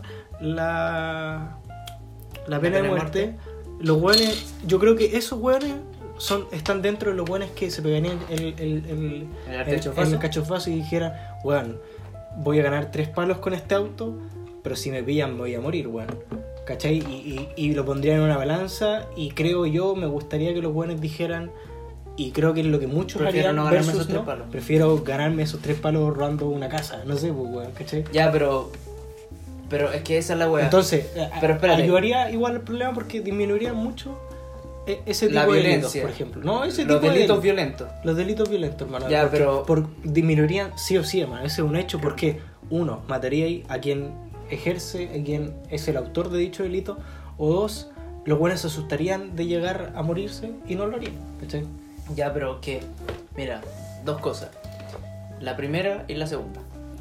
S3: la, la pena de muerte, los weones, yo creo que esos weones son, están dentro de los weones que se pegarían el, el, el,
S2: ¿El
S3: el,
S2: cachofazo?
S3: el cachofazo y dijeran, weón, voy a ganar tres palos con este auto, pero si me pillan me voy a morir, weón. ¿Cachai? Y, y, y lo pondría en una balanza y creo yo, me gustaría que los buenos dijeran, y creo que es lo que muchos
S2: Prefiero
S3: harían
S2: no ganarme
S3: versus
S2: esos tres
S3: no,
S2: palos.
S3: prefiero ganarme esos tres palos robando una casa, no sé, pues, weón, ¿cachai?
S2: Ya, pero... Pero es que esa es la weá.
S3: Entonces,
S2: Pero
S3: a-
S2: espérate.
S3: ayudaría igual el problema porque disminuiría mucho e- ese tipo
S2: La
S3: de
S2: violencia.
S3: delitos, por ejemplo. No, ese
S2: Los
S3: tipo de
S2: delitos
S3: delitos.
S2: violentos.
S3: Los delitos violentos, hermano.
S2: Ya,
S3: porque
S2: pero-
S3: por, disminuirían sí o sí, hermano. Ese es un hecho porque, uno, mataría a quien ejerce, a quien es el autor de dicho delito, o dos, los buenos se asustarían de llegar a morirse y no lo harían, ¿cachai?
S2: Ya, pero que... Mira, dos cosas. La primera y la segunda.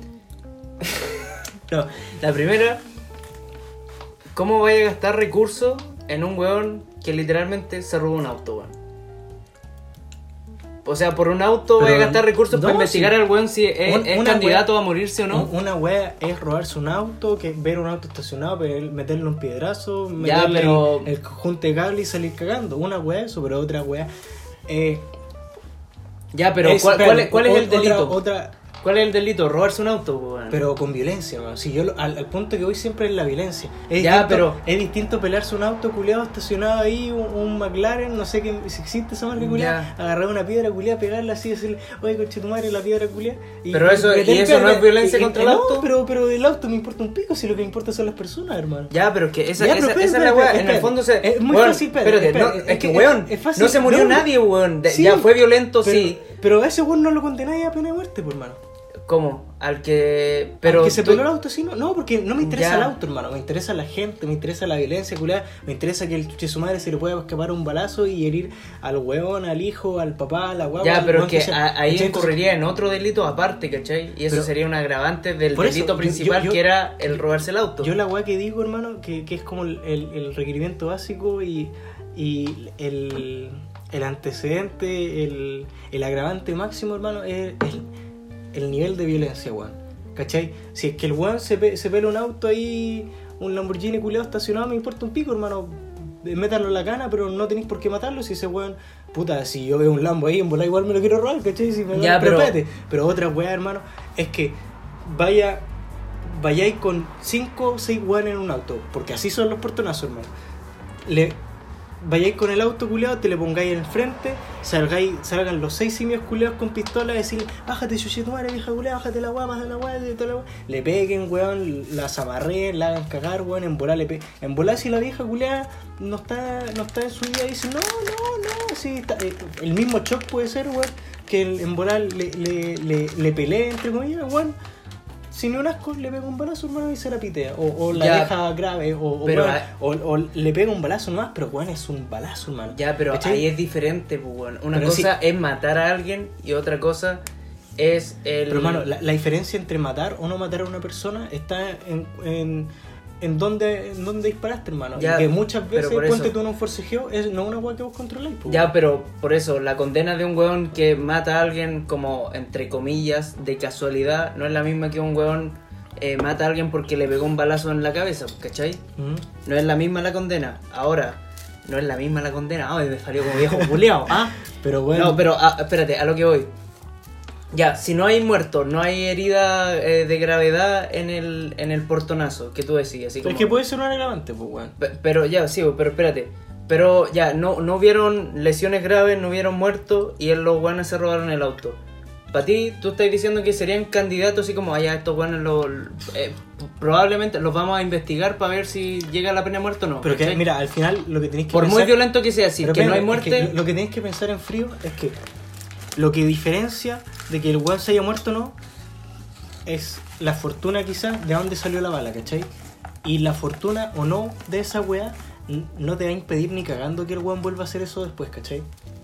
S2: No, la primera... ¿Cómo vaya a gastar recursos en un weón que literalmente se robó un auto, weón? O sea, por un auto
S3: Pero
S2: vaya a gastar recursos
S3: no,
S2: para investigar
S3: sí.
S2: al weón si es,
S3: Un-
S2: es
S3: una
S2: candidato
S3: wea-
S2: a morirse o no.
S3: Un- Una wea es robarse un auto, que ver un auto estacionado, pero meterle un piedrazo, meterle
S2: pero-
S3: el, el conjunto de cable y salir cagando. Una wea eso, pero otra wea. Eh,
S2: Ya, pero
S3: es-
S2: ¿cuál,
S3: espérate,
S2: cuál es, cuál es el
S3: otra-
S2: delito?
S3: Otra,
S2: ¿Cuál es el delito? Robarse un auto, weón.
S3: pero con violencia, man. Si yo lo- al, al punto que voy siempre es la violencia. Es
S2: Ya,
S3: distinto,
S2: pero-
S3: es distinto pelearse un auto culiado estacionado ahí, un, un McLaren, no sé qué, si existe esa marca culiada, agarrar una piedra culiada, pegarla así y decirle, oye, coche tu madre, la piedra culiada.
S2: Pero eso- ¿y eso no es violencia contra el
S3: no,
S2: auto?
S3: Pero, pero el auto me importa un pico, si lo que me importa son las personas, hermano.
S2: Ya, pero es que esa,
S3: Ya,
S2: esa,
S3: pero
S2: esa
S3: espérate,
S2: es la weá.
S3: espérate,
S2: En el
S3: espérate.
S2: fondo se.
S3: Es muy
S2: weón,
S3: fácil, espérate,
S2: espérate,
S3: espérate,
S2: no,
S3: es
S2: es que
S3: que
S2: weón,
S3: es fácil.
S2: no se murió
S3: No,
S2: nadie, weón. De-
S3: sí,
S2: ya fue violento,
S3: pero,
S2: sí.
S3: Pero a ese weón no lo condenáis a pena de muerte, pues, hermano.
S2: ¿Cómo? Al que. Pero.
S3: Al que se
S2: tú-
S3: peló el auto, sí, no, no, porque no me interesa
S2: Ya.
S3: el auto, hermano. Me interesa la gente, me interesa la violencia culiada, me interesa que el chuche su madre se le pueda escapar un balazo y herir al weón, al hijo, al papá, a la guagua.
S2: Ya,
S3: al
S2: pero
S3: weón
S2: es que
S3: sea.
S2: a- ahí
S3: ¿Cachai?
S2: incurriría en otro delito aparte, ¿cachai? Y eso
S3: Pero-
S2: sería un agravante del
S3: Por eso,
S2: delito
S3: yo-
S2: principal
S3: yo- yo-
S2: que era el robarse el auto.
S3: Yo la weá que digo, hermano, que, que es como el, el- el requerimiento básico y, y el, el antecedente, el, el agravante máximo, hermano, es el, el nivel de violencia, weón. ¿Cachai? Si es que el weón se, pe- se pela un auto ahí, un Lamborghini culiado estacionado, me importa un pico, hermano. Métanlo en la cana, pero no tenéis por qué matarlo si ese weón... Puta, si yo veo un Lambo ahí en bola igual me lo quiero robar, ¿cachai? Si me
S2: Ya,
S3: pero,
S2: pero-
S3: espérate. Pero otra weá, hermano, es que vaya... Vayáis con cinco o seis weones en un auto, porque así son los portonazos, hermano. Le vayáis con el auto culeado, te le pongáis en el frente, salgáis, salgan los seis simios culeados con pistola y decirle, bájate, chuche tu madre, vieja culeada, bájate la guapa, bájate la guapa, de toda la guapa. Le peguen, weón, las amarreen, la hagan cagar, weón, en volar le pe en volar si la vieja culeada no está, no está en su vida y dice, no, no, no, sí, está. Eh, el mismo shock puede ser, weón, que el, en volar le, le, le, le pelee, entre comillas, weón. Sin un asco le pega un balazo, hermano, y se la pitea. O, o la
S2: Ya,
S3: deja grave, o, o,
S2: pero
S3: weón,
S2: a-
S3: o, o le pega un balazo nomás, pero weón, es un balazo, hermano.
S2: Ya, pero
S3: ¿Cachai?
S2: ahí es diferente, pues, weón. Una
S3: Pero
S2: cosa es matar a alguien y otra cosa es el.
S3: Pero hermano, la, la diferencia entre matar o no matar a una persona está en, en, en dónde, en dónde disparaste, hermano.
S2: Ya,
S3: y que muchas
S2: pero
S3: veces,
S2: por
S3: ponte
S2: eso-
S3: tú en un forcejeo, es no una weá que vos controláis. po.
S2: Ya, pero por eso, la condena de un weón que mata a alguien como, entre comillas, de casualidad, no es la misma que un weón eh, mata a alguien porque le pegó un balazo en la cabeza, ¿cachai?
S3: Mm.
S2: No es la misma la condena. Ahora, no es la misma la condena. Ay, me salió como viejo culiao, ¿ah?
S3: Pero bueno.
S2: No, pero ah, espérate, a lo que voy. Ya, si no hay muertos, no hay herida eh, de gravedad en el, en el portonazo, que tú decías. Así
S3: Pero
S2: como...
S3: es que puede ser un agravante, pues, weón.
S2: Pe- Pero ya, sí, pero espérate. Pero ya, no, no hubieron lesiones graves, no hubieron muertos y los guanes se robaron el auto. Para ti, tú estás diciendo que serían candidatos así como, allá estos guanes lo, eh, probablemente los vamos a investigar para ver si llega la pena de muerte o no.
S3: Pero que,
S2: ¿cachai?
S3: mira, al final lo que tenéis que
S2: Por
S3: pensar...
S2: muy violento que sea, si
S3: Pero
S2: que no hay
S3: espérame, es
S2: muerte...
S3: que lo que tenéis que pensar en frío es que lo que diferencia de que el weón se haya muerto o no es la fortuna quizás de dónde salió la bala, ¿cachai? Y la fortuna o no de esa weá n- no te va a impedir ni cagando que el weón vuelva a hacer eso después, ¿cachai?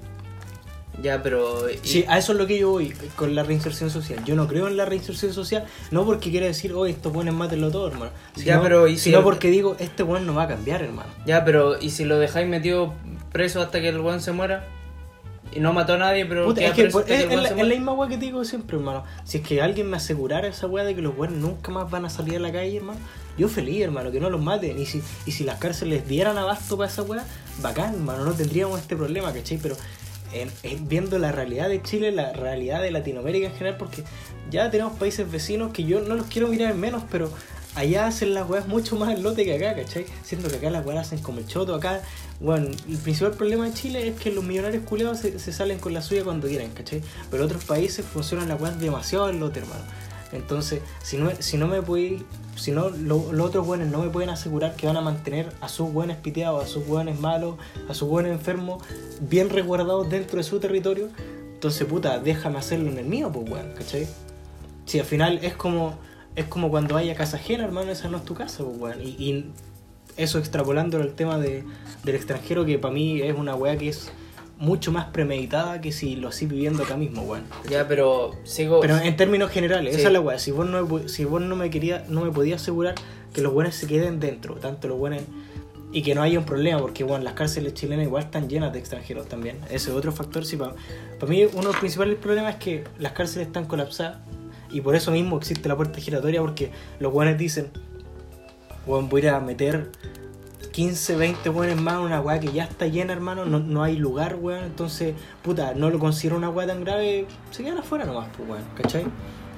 S2: Ya, pero... y-
S3: Sí, a eso es lo que yo voy con la reinserción social. Yo no creo en la reinserción social, no porque quiera decir, oh, estos buenos mátenlo todo, hermano. Sino,
S2: Ya, pero, ¿y si
S3: sino
S2: el-
S3: porque digo, este weón no va a cambiar, hermano.
S2: Ya, pero ¿y si lo dejáis metido preso hasta que el weón se muera? Y no mató a nadie, pero
S3: Puta,
S2: queda
S3: es que
S2: preso
S3: pues,
S2: hasta
S3: es,
S2: que el
S3: es
S2: weón
S3: la,
S2: se
S3: es la
S2: muera.
S3: misma weá que te digo siempre, hermano. Si es que alguien me asegurara esa weá de que los weones nunca más van a salir a la calle, hermano, yo feliz, hermano, que no los maten. Y si, y si las cárceles dieran abasto para esa weá, bacán, hermano, no tendríamos este problema, ¿cachai? Pero en, en- viendo la realidad de Chile, la realidad de Latinoamérica en general, porque ya tenemos países vecinos que yo no los quiero mirar en menos, pero allá hacen las weas mucho más al lote que acá, ¿cachai? Siento que acá las weas hacen como el choto, acá, bueno, el principal problema de Chile es que los millonarios culiados se, se salen con la suya cuando quieren, ¿cachai? Pero otros países funcionan las weas demasiado al lote, hermano. Entonces, si no, si no me podéis, si no, lo- los otros buenos no me pueden asegurar que van a mantener a sus buenos piteados, a sus buenos malos, a sus buenos enfermos, bien resguardados dentro de su territorio, entonces, puta, déjame hacerlo en el mío, pues, weón, ¿cachai? Si al final es como es como cuando vaya a casa ajena, hermano, esa no es tu casa, pues, weón. Y, y eso extrapolándolo al tema de, del extranjero, que para mí es una weá que es mucho más premeditada que si lo así viviendo acá mismo, weón.
S2: Ya, pero sigo...
S3: Pero en términos generales,
S2: Sí.
S3: esa es la weá. Si vos no me, pu- si vos no me quería, no me podías asegurar que los buenos se queden dentro, tanto los buenos, y que no haya un problema, porque bueno, las cárceles chilenas igual están llenas de extranjeros también. Ese es otro factor. Sí, para mí uno de los principales problemas es que las cárceles están colapsadas y por eso mismo existe la puerta giratoria, porque los buenos dicen, bueno, voy a ir a meter quince, veinte buenos más en una weá que ya está llena, hermano, no, no hay lugar, weón, entonces, puta, no lo considero una weá tan grave, se quedan afuera nomás, pues, weón, ¿cachai?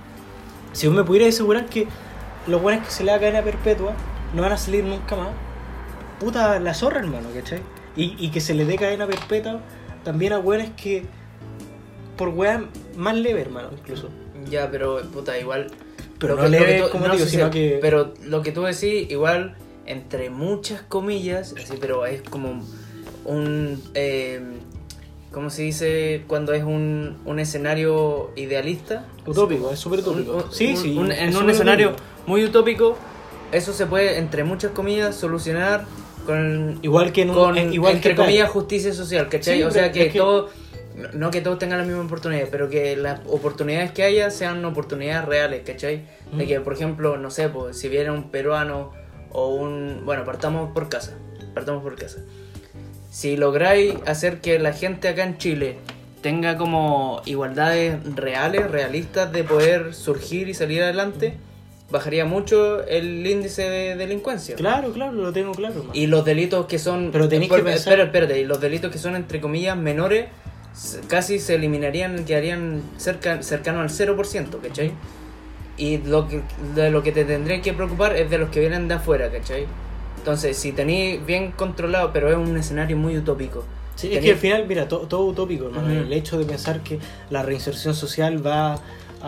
S3: Si vos me pudieras asegurar que los buenos que se le da cadena perpetua no van a salir nunca más, puta, la zorra, hermano, ¿cachai? Y, y que se le dé cadena perpetua también a weones que, por weá más leve, hermano, incluso.
S2: Ya, pero puta, igual...
S3: Pero
S2: lo
S3: no
S2: que- lo
S3: leve,
S2: que tú-
S3: como
S2: no,
S3: digo,
S2: sí,
S3: sino
S2: sí,
S3: que...
S2: Pero lo que tú decís, igual, entre muchas comillas, así, pero es como un... Eh, ¿cómo se dice cuando es un, un escenario idealista?
S3: Utópico, es súper utópico.
S2: Un- un-
S3: sí,
S2: un-
S3: sí.
S2: un-
S3: es
S2: en un
S3: súper
S2: escenario
S3: utópico.
S2: muy utópico, eso se puede, entre muchas comillas, solucionar con...
S3: Igual que en un,
S2: con,
S3: eh, igual
S2: entre
S3: que tal.
S2: comillas, justicia social, ¿cachai?
S3: Sí,
S2: o sea,
S3: pero
S2: que,
S3: es que-
S2: todo, no- no que todos tengan las mismas oportunidades, pero que las oportunidades que haya sean oportunidades reales, ¿cachai? De
S3: Mm.
S2: que, por ejemplo, no sé, pues, si viene un peruano o un... Bueno, partamos por casa, partamos por casa. Si lográis hacer que la gente acá en Chile tenga como igualdades reales, realistas de poder surgir y salir adelante, bajaría mucho el índice de delincuencia.
S3: Claro, claro, lo tengo claro, hermano.
S2: Y los delitos que son...
S3: Pero tenéis
S2: por-
S3: que pensar-
S2: Espera, espérate, y los delitos que son entre comillas menores s- casi se eliminarían, quedarían cerca, cercano al cero por ciento, ¿cachai? Y lo que, de lo que te tendrías que preocupar es de los que vienen de afuera, ¿cachai? Entonces, si tenéis bien controlado, pero es un escenario muy utópico.
S3: Sí, es
S2: Tenéis-
S3: que al final, mira, to- todo utópico, hermano.
S2: Ujú.
S3: El hecho de pensar que la reinserción social va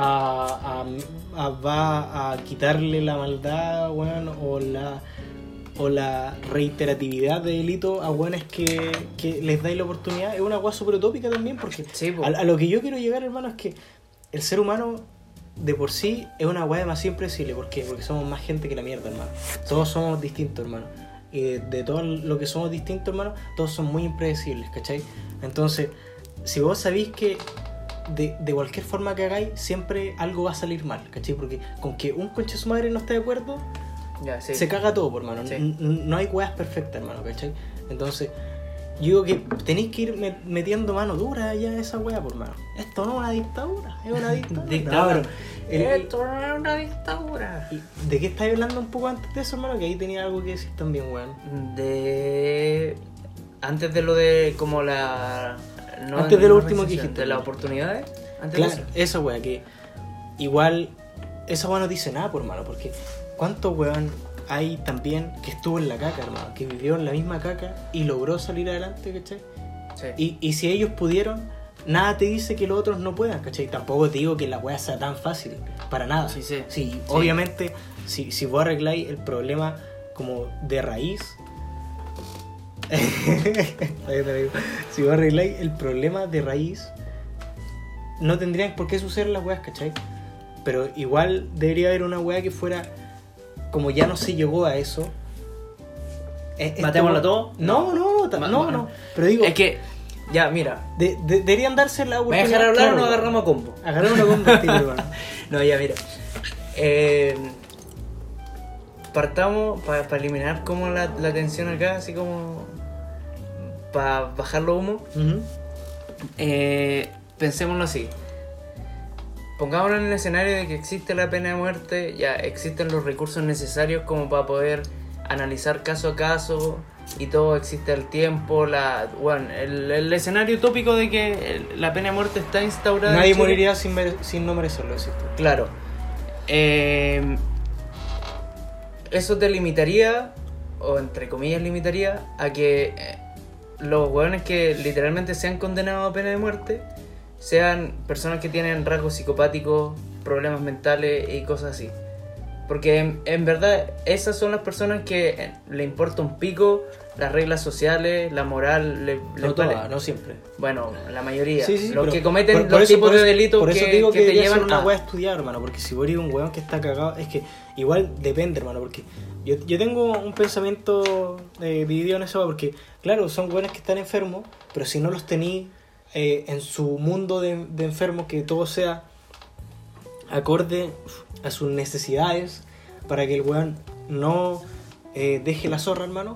S3: a, a- a- va a quitarle la maldad, weón, o la o la reiteratividad de delito a weones que, que les dais la oportunidad, es una weá súper utópica también, porque
S2: Sí, po.
S3: a, a lo que yo quiero llegar, hermano, es que el ser humano de por sí es una weá demasiado impredecible. ¿Por qué? Porque somos más gente que la mierda, hermano. Todos somos distintos, hermano. Y de, de todo lo que somos distintos, hermano, todos son muy impredecibles, ¿cachai? Entonces, si vos sabéis que de, de cualquier forma que hagáis, siempre algo va a salir mal, ¿cachai? Porque con que un conche su madre no esté de acuerdo,
S2: Ya, sí.
S3: se caga todo, por hermano.
S2: Sí.
S3: N- n- No hay weas perfectas, hermano, ¿cachai? Entonces, yo digo que tenéis que ir me- metiendo mano dura ya a esa wea, por mano. Esto no es una dictadura, es una dictadura.
S2: Dictadura.
S3: No, pero el- el-
S2: Esto no es una dictadura.
S3: ¿Y ¿De qué estáis hablando un poco antes de eso, hermano? Que ahí tenía algo que decir también, weón.
S2: De... antes de lo de como la... No,
S3: Antes de lo
S2: no
S3: último que
S2: recesión,
S3: dijiste.
S2: de las oportunidades. Antes
S3: Claro,
S2: de eso.
S3: esa wea que igual esa wea no dice nada, por hermano, porque ¿cuántos weón hay también que estuvo en la caca, hermano? Que vivió en la misma caca y logró salir adelante, ¿cachai?
S2: Sí.
S3: Y, y si ellos pudieron, nada te dice que los otros no puedan, ¿cachai? Tampoco te digo que la wea sea tan fácil, para nada.
S2: Sí, sí.
S3: Sí,
S2: Sí.
S3: obviamente, si, si vos arregláis el problema como de raíz, ahí te digo, si vos arregláis el problema de raíz, no tendrían por qué suceder las weas, ¿cachai? Pero igual debería haber una wea que fuera, como ya no se llegó a eso. eh, esto-
S2: ¿Matémoslo todo?
S3: No, no, ta-
S2: Ma-
S3: no,
S2: ma-
S3: no. Pero digo,
S2: Es que, ya, mira.
S3: de- de- deberían darse la
S2: ¿Me vas a dejar
S3: oportunidad,
S2: hablar o
S3: claro,
S2: nos
S3: weón.
S2: agarramos a combo?
S3: Agarramos una combo al tiro, hermano.
S2: No, ya, mira. Eh, partamos para eliminar como la, la tensión acá, así como para bajar los humos.
S3: Ujú.
S2: Eh, pensémoslo así. Pongámonos en el escenario de que existe la pena de muerte, ya existen los recursos necesarios como para poder analizar caso a caso y todo, existe el tiempo, la, bueno, el, el escenario utópico de que el- la pena de muerte está instaurada. en
S3: Nadie
S2: Chile.
S3: moriría sin, mere- sin no merecerlo, decís tú.
S2: Claro. Eh, eso te limitaría, o entre comillas limitaría, a que eh, los hueones que literalmente sean condenados a pena de muerte sean personas que tienen rasgos psicopáticos, problemas mentales y cosas así. Porque en, en verdad esas son las personas que eh, le importa un pico las reglas sociales, la moral, le,
S3: No
S2: les
S3: todas,
S2: vale.
S3: no siempre.
S2: Bueno, la mayoría.
S3: Sí, sí,
S2: los
S3: pero
S2: que cometen
S3: por- por
S2: los
S3: eso-
S2: tipos
S3: por eso-
S2: de delitos
S3: por
S2: que,
S3: eso te digo
S2: que
S3: que,
S2: te
S3: debería ser
S2: llevan
S3: una
S2: a...
S3: wea a estudiar, hermano, porque si vos eres un weón que está cagado, es que igual depende, hermano, porque yo, yo tengo un pensamiento eh, dividido en eso, porque claro, son weones que están enfermos, pero si no los tení eh, en su mundo de, de enfermos, que todo sea acorde a sus necesidades, para que el weón no eh, deje la zorra, hermano.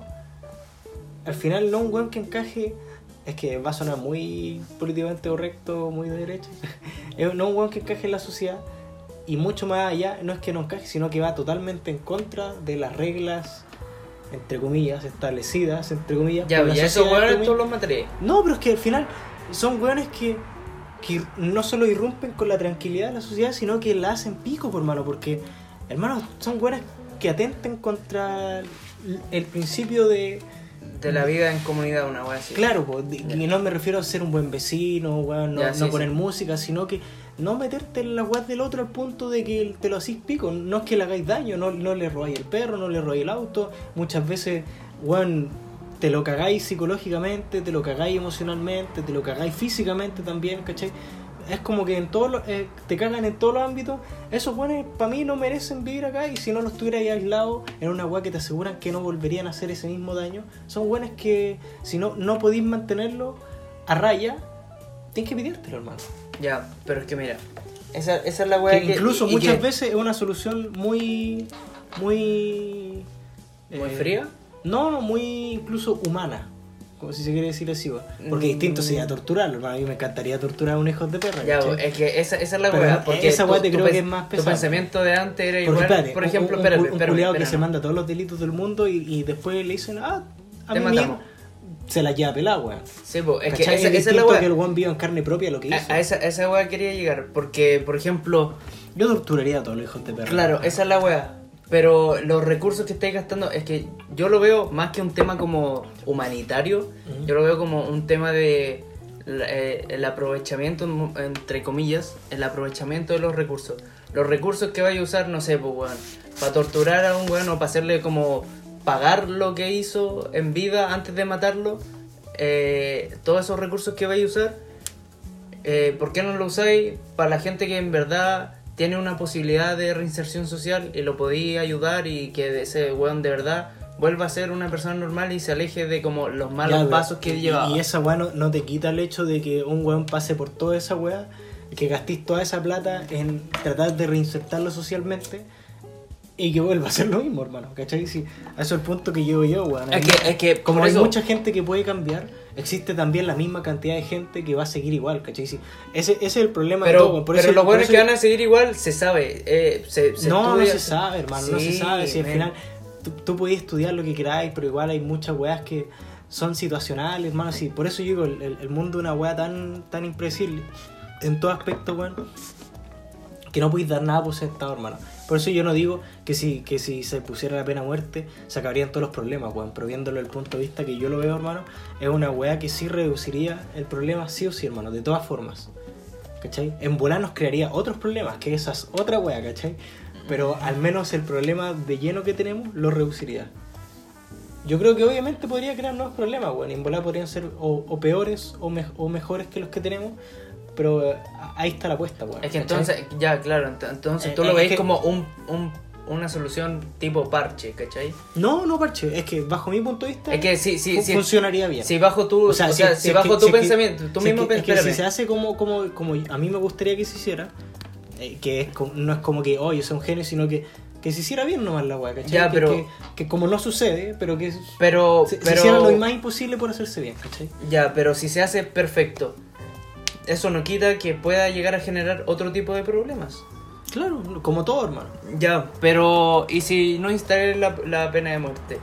S3: Al final no un weón que encaje, es que va a sonar muy políticamente correcto, muy de derecha, es no un weón que encaje en la sociedad, y mucho más allá, no es que no encaje, sino que va totalmente en contra de las reglas, entre comillas, establecidas, entre comillas,
S2: Ya,
S3: por la
S2: ya esos
S3: sociedad, entre
S2: hueones
S3: comillas.
S2: todos los materiales.
S3: No, pero es que al final son weones que, que no solo irrumpen con la tranquilidad de la sociedad, sino que la hacen pico, por hermano, porque, hermano, son weones que atenten contra el, el principio de...
S2: De la vida en comunidad, una wea así.
S3: Claro, po, de- y no me refiero a ser un buen vecino, weón, no,
S2: Ya,
S3: no
S2: sí,
S3: poner
S2: sí.
S3: música, sino que no meterte en la weas del otro al punto de que te lo hacís pico. No es que le hagáis daño, no, no le robáis el perro, no le robáis el auto. Muchas veces, weón, te lo cagáis psicológicamente, te lo cagáis emocionalmente, te lo cagáis físicamente también, ¿cachai? Es como que en todos los, eh, te cagan en todos los ámbitos. Esos weones para mí no merecen vivir acá, y si no los tuvierais aislados en una wea que te aseguran que no volverían a hacer ese mismo daño, son weones que si no, no podéis mantenerlo a raya, tienes que pidírtelo, hermano.
S2: Ya, pero es que mira, esa, esa es la wea
S3: Que
S2: que...
S3: incluso
S2: y- y
S3: muchas
S2: que-
S3: veces es una solución muy muy
S2: ¿Muy
S3: eh,
S2: fría?
S3: no, muy incluso humana, como si se quiere decir así, weón. Porque
S2: Mm.
S3: distinto sería torturarlo, hermano. A mí me encantaría torturar a un hijo de perra,
S2: Ya,
S3: ¿cachai?
S2: es que esa, esa es la
S3: Pero
S2: wea. Porque
S3: esa
S2: tu-
S3: wea te
S2: tu
S3: creo
S2: pens-
S3: que es más
S2: Tu
S3: pesado.
S2: pensamiento de antes era
S3: Porque
S2: igual,
S3: espérate,
S2: por
S3: un-
S2: ejemplo,
S3: un,
S2: espérate,
S3: un,
S2: espérate,
S3: culiao que
S2: espérate,
S3: se
S2: no.
S3: manda todos los delitos del mundo y, y después le dicen, ah, a
S2: Te
S3: mí
S2: matamos.
S3: mismo, se la lleva pelada, weón.
S2: Sí, po, es que
S3: ¿Cachai?
S2: esa,
S3: Es
S2: esa es la
S3: distinto
S2: wea.
S3: que el weón viva en carne propia lo que hizo.
S2: A, a esa, a esa wea quería llegar, porque, por ejemplo,
S3: Yo torturaría a todos los hijos de perra.
S2: claro, esa es la wea. Pero los recursos que estáis gastando, es que yo lo veo más que un tema como humanitario,
S3: Ujú.
S2: yo lo veo como un tema de la- eh, el aprovechamiento, entre comillas, el aprovechamiento de los recursos. Los recursos que vaya a usar, no sé, pues weón, para torturar a un weón o para hacerle como pagar lo que hizo en vida antes de matarlo, eh, todos esos recursos que vaya a usar, eh, ¿por qué no lo usáis para la gente que en verdad tiene una posibilidad de reinserción social y lo podía ayudar y que ese weón de verdad vuelva a ser una persona normal y se aleje de como los malos
S3: Ya, pero-
S2: pasos que
S3: y,
S2: llevaba?
S3: Y esa weá no, no te quita el hecho de que un weón pase por toda esa weá, que gastéis toda esa plata en tratar de reinsertarlo socialmente y que vuelva a hacer lo mismo, hermano, ¿cachai? Si, a eso es el punto que llevo yo, weón.
S2: Es que, es que
S3: Como
S2: por
S3: hay
S2: eso-
S3: mucha gente que puede cambiar, existe también la misma cantidad de gente que va a seguir igual, ¿cachai? Si, ese, ese es el problema de
S2: pero,
S3: todo. Por
S2: pero
S3: eso-
S2: los
S3: por
S2: buenos
S3: eso
S2: que
S3: yo-
S2: van a seguir igual se sabe. Eh, se, se
S3: no,
S2: estudia-
S3: no se sabe, hermano, no se
S2: Sí,
S3: sabe. Si al
S2: men.
S3: final tú, tú podías estudiar lo que queráis, pero igual hay muchas weas que son situacionales, hermano. Sí, por eso yo digo, el, el mundo es una weá tan, tan impredecible en todo aspecto, weón, que no podéis dar nada por sentado, hermano. Por eso yo no digo que si, que si se pusiera la pena de muerte se acabarían todos los problemas, weón. Pero viéndolo desde el punto de vista que yo lo veo, hermano, es una weá que sí reduciría el problema sí o sí, hermano, de todas formas. ¿Cachai? En volar nos crearía otros problemas, que esa es otra weá, ¿cachai? Pero al menos el problema de lleno que tenemos lo reduciría. Yo creo que obviamente podría crear nuevos problemas, weón. En volar podrían ser o, o peores o, me, o mejores que los que tenemos. Pero eh, ahí está la apuesta, weón.
S2: Es que
S3: ¿cachai?
S2: entonces, ya, claro, ent- entonces tú
S3: Eh,
S2: lo
S3: eh,
S2: veis
S3: es que-
S2: como un, un, una solución tipo parche, ¿cachai?
S3: No, no, parche. Es que bajo mi punto de vista
S2: Es que sí, sí,
S3: fu-
S2: sí.
S3: funcionaría bien.
S2: Si bajo tu, o sea, si,
S3: es
S2: bajo
S3: que-
S2: tu
S3: si es que-
S2: pensamiento, tú
S3: si es
S2: mismo
S3: que- es que
S2: espérame.
S3: si se hace como, como, como a mí me gustaría que se hiciera, eh, que es como- no es como que, oye, soy un genio, sino que, que se hiciera bien nomás la weá, ¿cachai?
S2: Ya,
S3: que,
S2: pero-
S3: que, que como no sucede, pero que
S2: Pero,
S3: se, se
S2: pero,
S3: hiciera lo más imposible por hacerse bien, ¿cachai?
S2: ya, pero si se hace perfecto, eso no quita que pueda llegar a generar otro tipo de problemas.
S3: Claro, como todo, hermano.
S2: Ya, pero ¿y si no instalar la, la pena de muerte?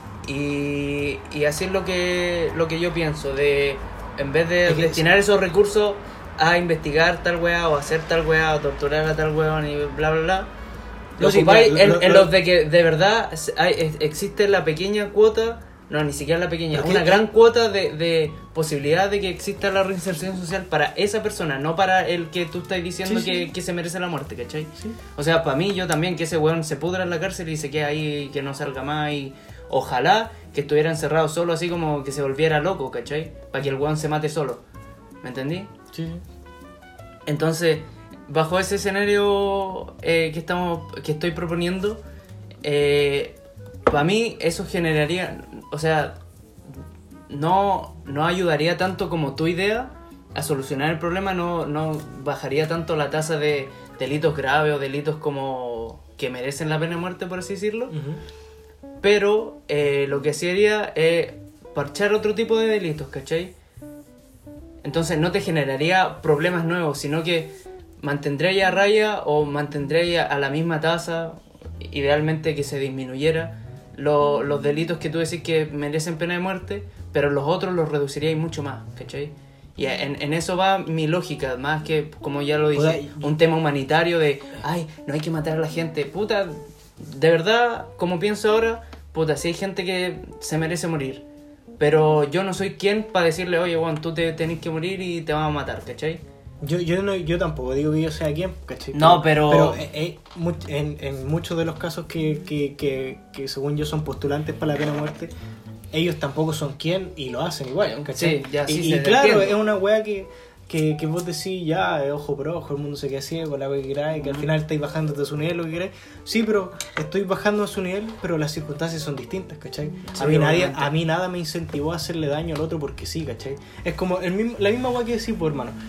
S2: Y, y así es lo que, lo que yo pienso, de en vez de
S3: Es que-
S2: destinar esos recursos a investigar tal weá o hacer tal weá o torturar a tal weón y bla bla bla,
S3: No,
S2: lo
S3: sí,
S2: ocupáis
S3: mira, lo-
S2: en,
S3: lo-
S2: en
S3: lo-
S2: los de que de verdad hay- es- existe la pequeña cuota, no, ni siquiera la pequeña,
S3: Pero
S2: una
S3: que-
S2: gran cuota de, de posibilidad de que exista la reinserción social para esa persona, no para el que tú estás diciendo
S3: Sí, sí.
S2: que, que se merece la muerte, ¿cachai?
S3: Sí.
S2: O sea, para mí, yo también, que ese weón se pudra en la cárcel y se quede ahí, que no salga más. Y ojalá que estuviera encerrado solo, así como que se volviera loco, ¿cachai? Para que el weón se mate solo. ¿Me entendí?
S3: Sí.
S2: Entonces, bajo ese escenario eh, que estamos que estoy proponiendo, eh, para mí eso generaría, o sea, no, no ayudaría tanto como tu idea a solucionar el problema, no, no bajaría tanto la tasa de delitos graves o delitos como que merecen la pena de muerte, por así decirlo,
S3: Ujú.
S2: pero eh, lo que sí haría es parchar otro tipo de delitos, ¿cachai? Entonces no te generaría problemas nuevos, sino que mantendría a raya o mantendría a la misma tasa, idealmente que se disminuyera lo- los delitos que tú decís que merecen pena de muerte, pero los otros los reduciríais mucho más, ¿cachai? Y en, en eso va mi lógica, más que, como ya lo dije,
S3: O sea,
S2: un tema humanitario de, ay, no hay que matar a la gente, puta, de verdad, como pienso ahora, puta, si hay gente que se merece morir, pero yo no soy quien para decirle, oye, Juan, tú te tenés que morir y te van a matar, ¿cachai?
S3: Yo, yo, no, yo tampoco digo que yo sea quien, ¿cachai?
S2: No, pero-
S3: Pero eh, eh, mu- en, en muchos de los casos que, que, que, que según yo son postulantes para la pena de muerte, ellos tampoco son quien y lo hacen igual, ¿cachai?
S2: Sí, ya, sí,
S3: y,
S2: se
S3: y claro,
S2: entiendo.
S3: es una weá que, que, que vos decís, ya, eh, ojo por ojo, el mundo se queda ciego, la weá que queráis, que al final estáis bajando de su nivel, lo que queráis. Sí, pero estoy bajando a su nivel, pero las circunstancias son distintas, ¿cachai?
S2: Sí,
S3: a, mí nadie,
S2: obviamente.
S3: a mí nada me incentivó a hacerle daño al otro porque sí, ¿cachai? Es como el mismo, la misma weá que decís, pues, hermano.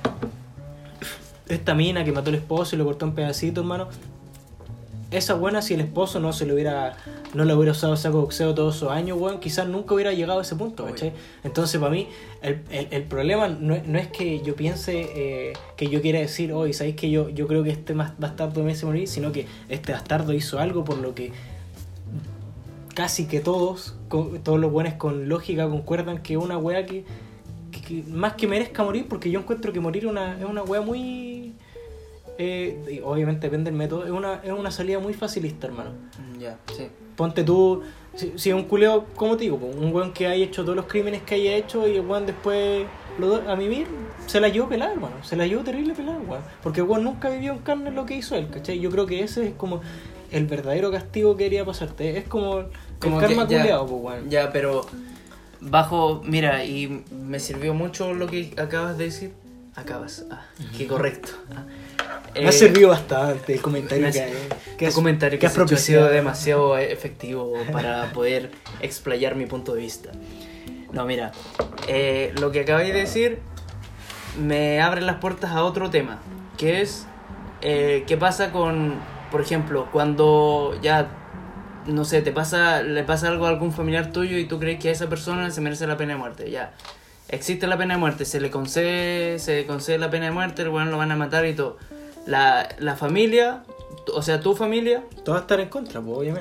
S3: Esta mina que mató al esposo y lo cortó en pedacitos, hermano. Esa buena, si el esposo no se lo hubiera no le hubiera usado saco de boxeo todos esos años, weón, quizás nunca hubiera llegado a ese punto, ¿cachai? Entonces, para mí, el, el, el problema no, es- no es que yo piense eh, que yo quiera decir, oye, ¿sabéis que yo, yo creo que este mas- bastardo merece morir? Sino que este bastardo hizo algo por lo que casi que todos, con- todos los buenos con lógica concuerdan que es una wea que, que- que más que merezca morir, porque yo encuentro que morir una, es una wea muy... eh, y obviamente depende del método, es una, es una salida muy facilista, hermano.
S2: Ya, sí.
S3: Ponte tú, si, si un culeo, como te digo, po, un weón que haya hecho todos los crímenes que haya hecho y el weón después lo do- a mimir, se la llevó pelada, hermano. Se la llevó terrible pelada, weón. Porque el weón nunca vivió en carne lo que hizo él, ¿cachai? Yo creo que ese es como el verdadero castigo que quería pasarte. Es como,
S2: Como
S3: el karma
S2: que ya-
S3: culeado, pues, weón.
S2: Ya, pero bajo, mira, y me sirvió mucho lo que acabas de decir. Acabas, ah, qué correcto. Ah.
S3: Me ha
S2: Eh,
S3: servido bastante el comentario
S2: me
S3: que,
S2: ha-
S3: que
S2: tu
S3: has-
S2: comentario
S3: que
S2: que
S3: has
S2: has hecho ha sido
S3: propiciado.
S2: demasiado efectivo para poder explayar mi punto de vista. No, mira, eh, lo que acabáis de decir me abre las puertas a otro tema, que es eh, qué pasa con, por ejemplo, cuando ya, no sé, te pasa, le pasa algo a algún familiar tuyo y tú crees que a esa persona se merece la pena de muerte, ya. Existe la pena de muerte, se le concede, se concede la pena de muerte, el weón lo van a matar y todo. La, la familia, o sea, tu familia,
S3: Todo va a estar en contra, pues, obviamente.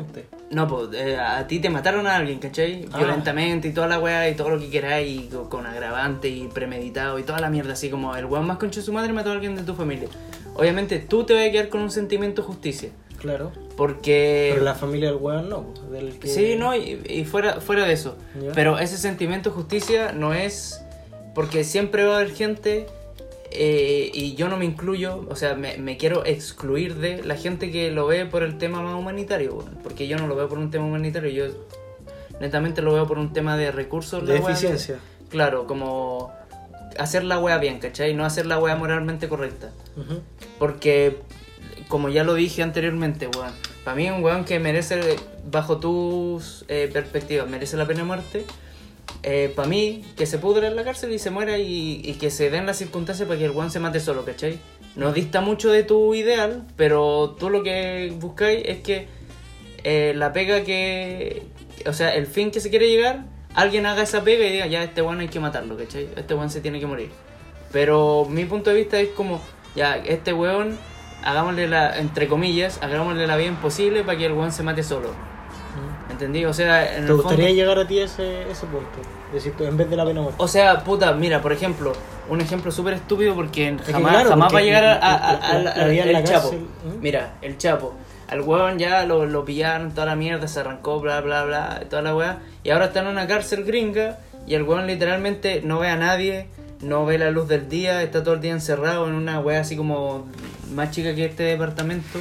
S2: No, pues eh, a ti te mataron a alguien, ¿cachai?
S3: Ah.
S2: Violentamente y toda la weá y todo lo que queráis, y con, con agravante y premeditado y toda la mierda, así como el weón más concha de su madre mató a alguien de tu familia. Obviamente tú te vas a quedar con un sentimiento de justicia.
S3: Claro.
S2: Porque...
S3: Pero la familia del weón no, pues, del que...
S2: Sí, no, y, y fuera, fuera de eso.
S3: Ya.
S2: Pero ese sentimiento de justicia no es... Porque siempre va a haber gente, eh, y yo no me incluyo, o sea, me, me quiero excluir de la gente que lo ve por el tema más humanitario, bueno, porque yo no lo veo por un tema humanitario, yo netamente lo veo por un tema de recursos.
S3: De
S2: la wea.
S3: eficiencia.
S2: Claro, como hacer la wea bien, ¿cachai? No hacer la wea moralmente correcta.
S3: Uh-huh.
S2: Porque, como ya lo dije anteriormente, weón, para mí un weón que merece, bajo tus eh, perspectivas, merece la pena de muerte, eh, para mí, que se pudre en la cárcel y se muera y, y que se den las circunstancias para que el weón se mate solo, ¿cachai? No dista mucho de tu ideal, pero tú lo que buscáis es que eh, la pega que... O sea, el fin que se quiere llegar, alguien haga esa pega y diga, ya, este weón hay que matarlo, ¿cachai? Este weón se tiene que morir. Pero mi punto de vista es como, ya, este weón, hagámosle la, entre comillas, hagámosle la vida imposible para que el weón se mate solo. ¿Entendí? O sea, en
S3: ¿Te
S2: el
S3: gustaría
S2: fondo,
S3: llegar a ti a ese, ese punto? Decir, en vez de la pena de muerte.
S2: o sea, puta, mira, por ejemplo, un ejemplo súper estúpido porque
S3: que
S2: jamás,
S3: claro,
S2: jamás va a
S3: porque
S2: llegar a, a- a-
S3: la-
S2: a-
S3: la-
S2: a-
S3: la vida en
S2: el
S3: la
S2: Chapo.
S3: cárcel, ¿eh?
S2: Mira, el Chapo. Al weón ya lo, lo pillaron, toda la mierda, se arrancó, bla, bla, bla, toda la weá. Y ahora está en una cárcel gringa y el weón literalmente no ve a nadie, no ve la luz del día, está todo el día encerrado en una weá así como más chica que este departamento.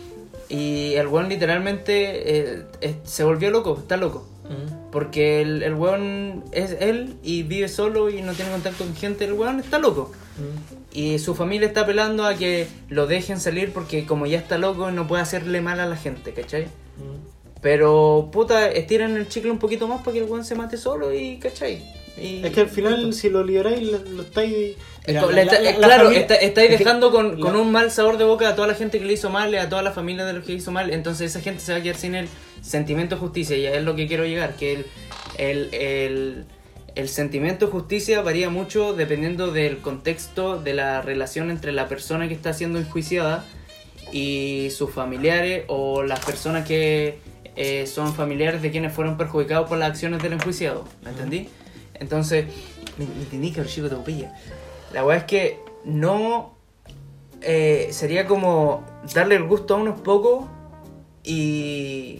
S2: Y el weón literalmente eh, eh, se volvió loco, está loco.
S3: Uh-huh.
S2: Porque el, el weón es él y vive solo y no tiene contacto con gente, el weón está loco.
S3: Uh-huh.
S2: Y su familia está apelando a que lo dejen salir porque como ya está loco no puede hacerle mal a la gente, ¿cachai?
S3: Uh-huh.
S2: Pero, puta, estiran el chicle un poquito más para que el weón se mate solo y, ¿cachai? Y,
S3: Es que al final, si lo liberáis, lo, lo estáis...
S2: Es
S3: Mira,
S2: co-
S3: la-
S2: le está-
S3: la-
S2: eh,
S3: la
S2: claro,
S3: familia-
S2: está- estáis
S3: es que
S2: dejando con,
S3: la-
S2: con un mal sabor de boca a toda la gente que le hizo mal y a toda la familia de los que hizo mal. Entonces esa gente se va a quedar sin el sentimiento de justicia y a es lo que quiero llegar, que el, el, el, el sentimiento de justicia varía mucho dependiendo del contexto de la relación entre la persona que está siendo enjuiciada y sus familiares o las personas que eh, son familiares de quienes fueron perjudicados por las acciones del enjuiciado. ¿Me entendí? Entonces, me, me entendí, cabrón chico, te pilla. La weá es que no eh, sería como darle el gusto a unos pocos y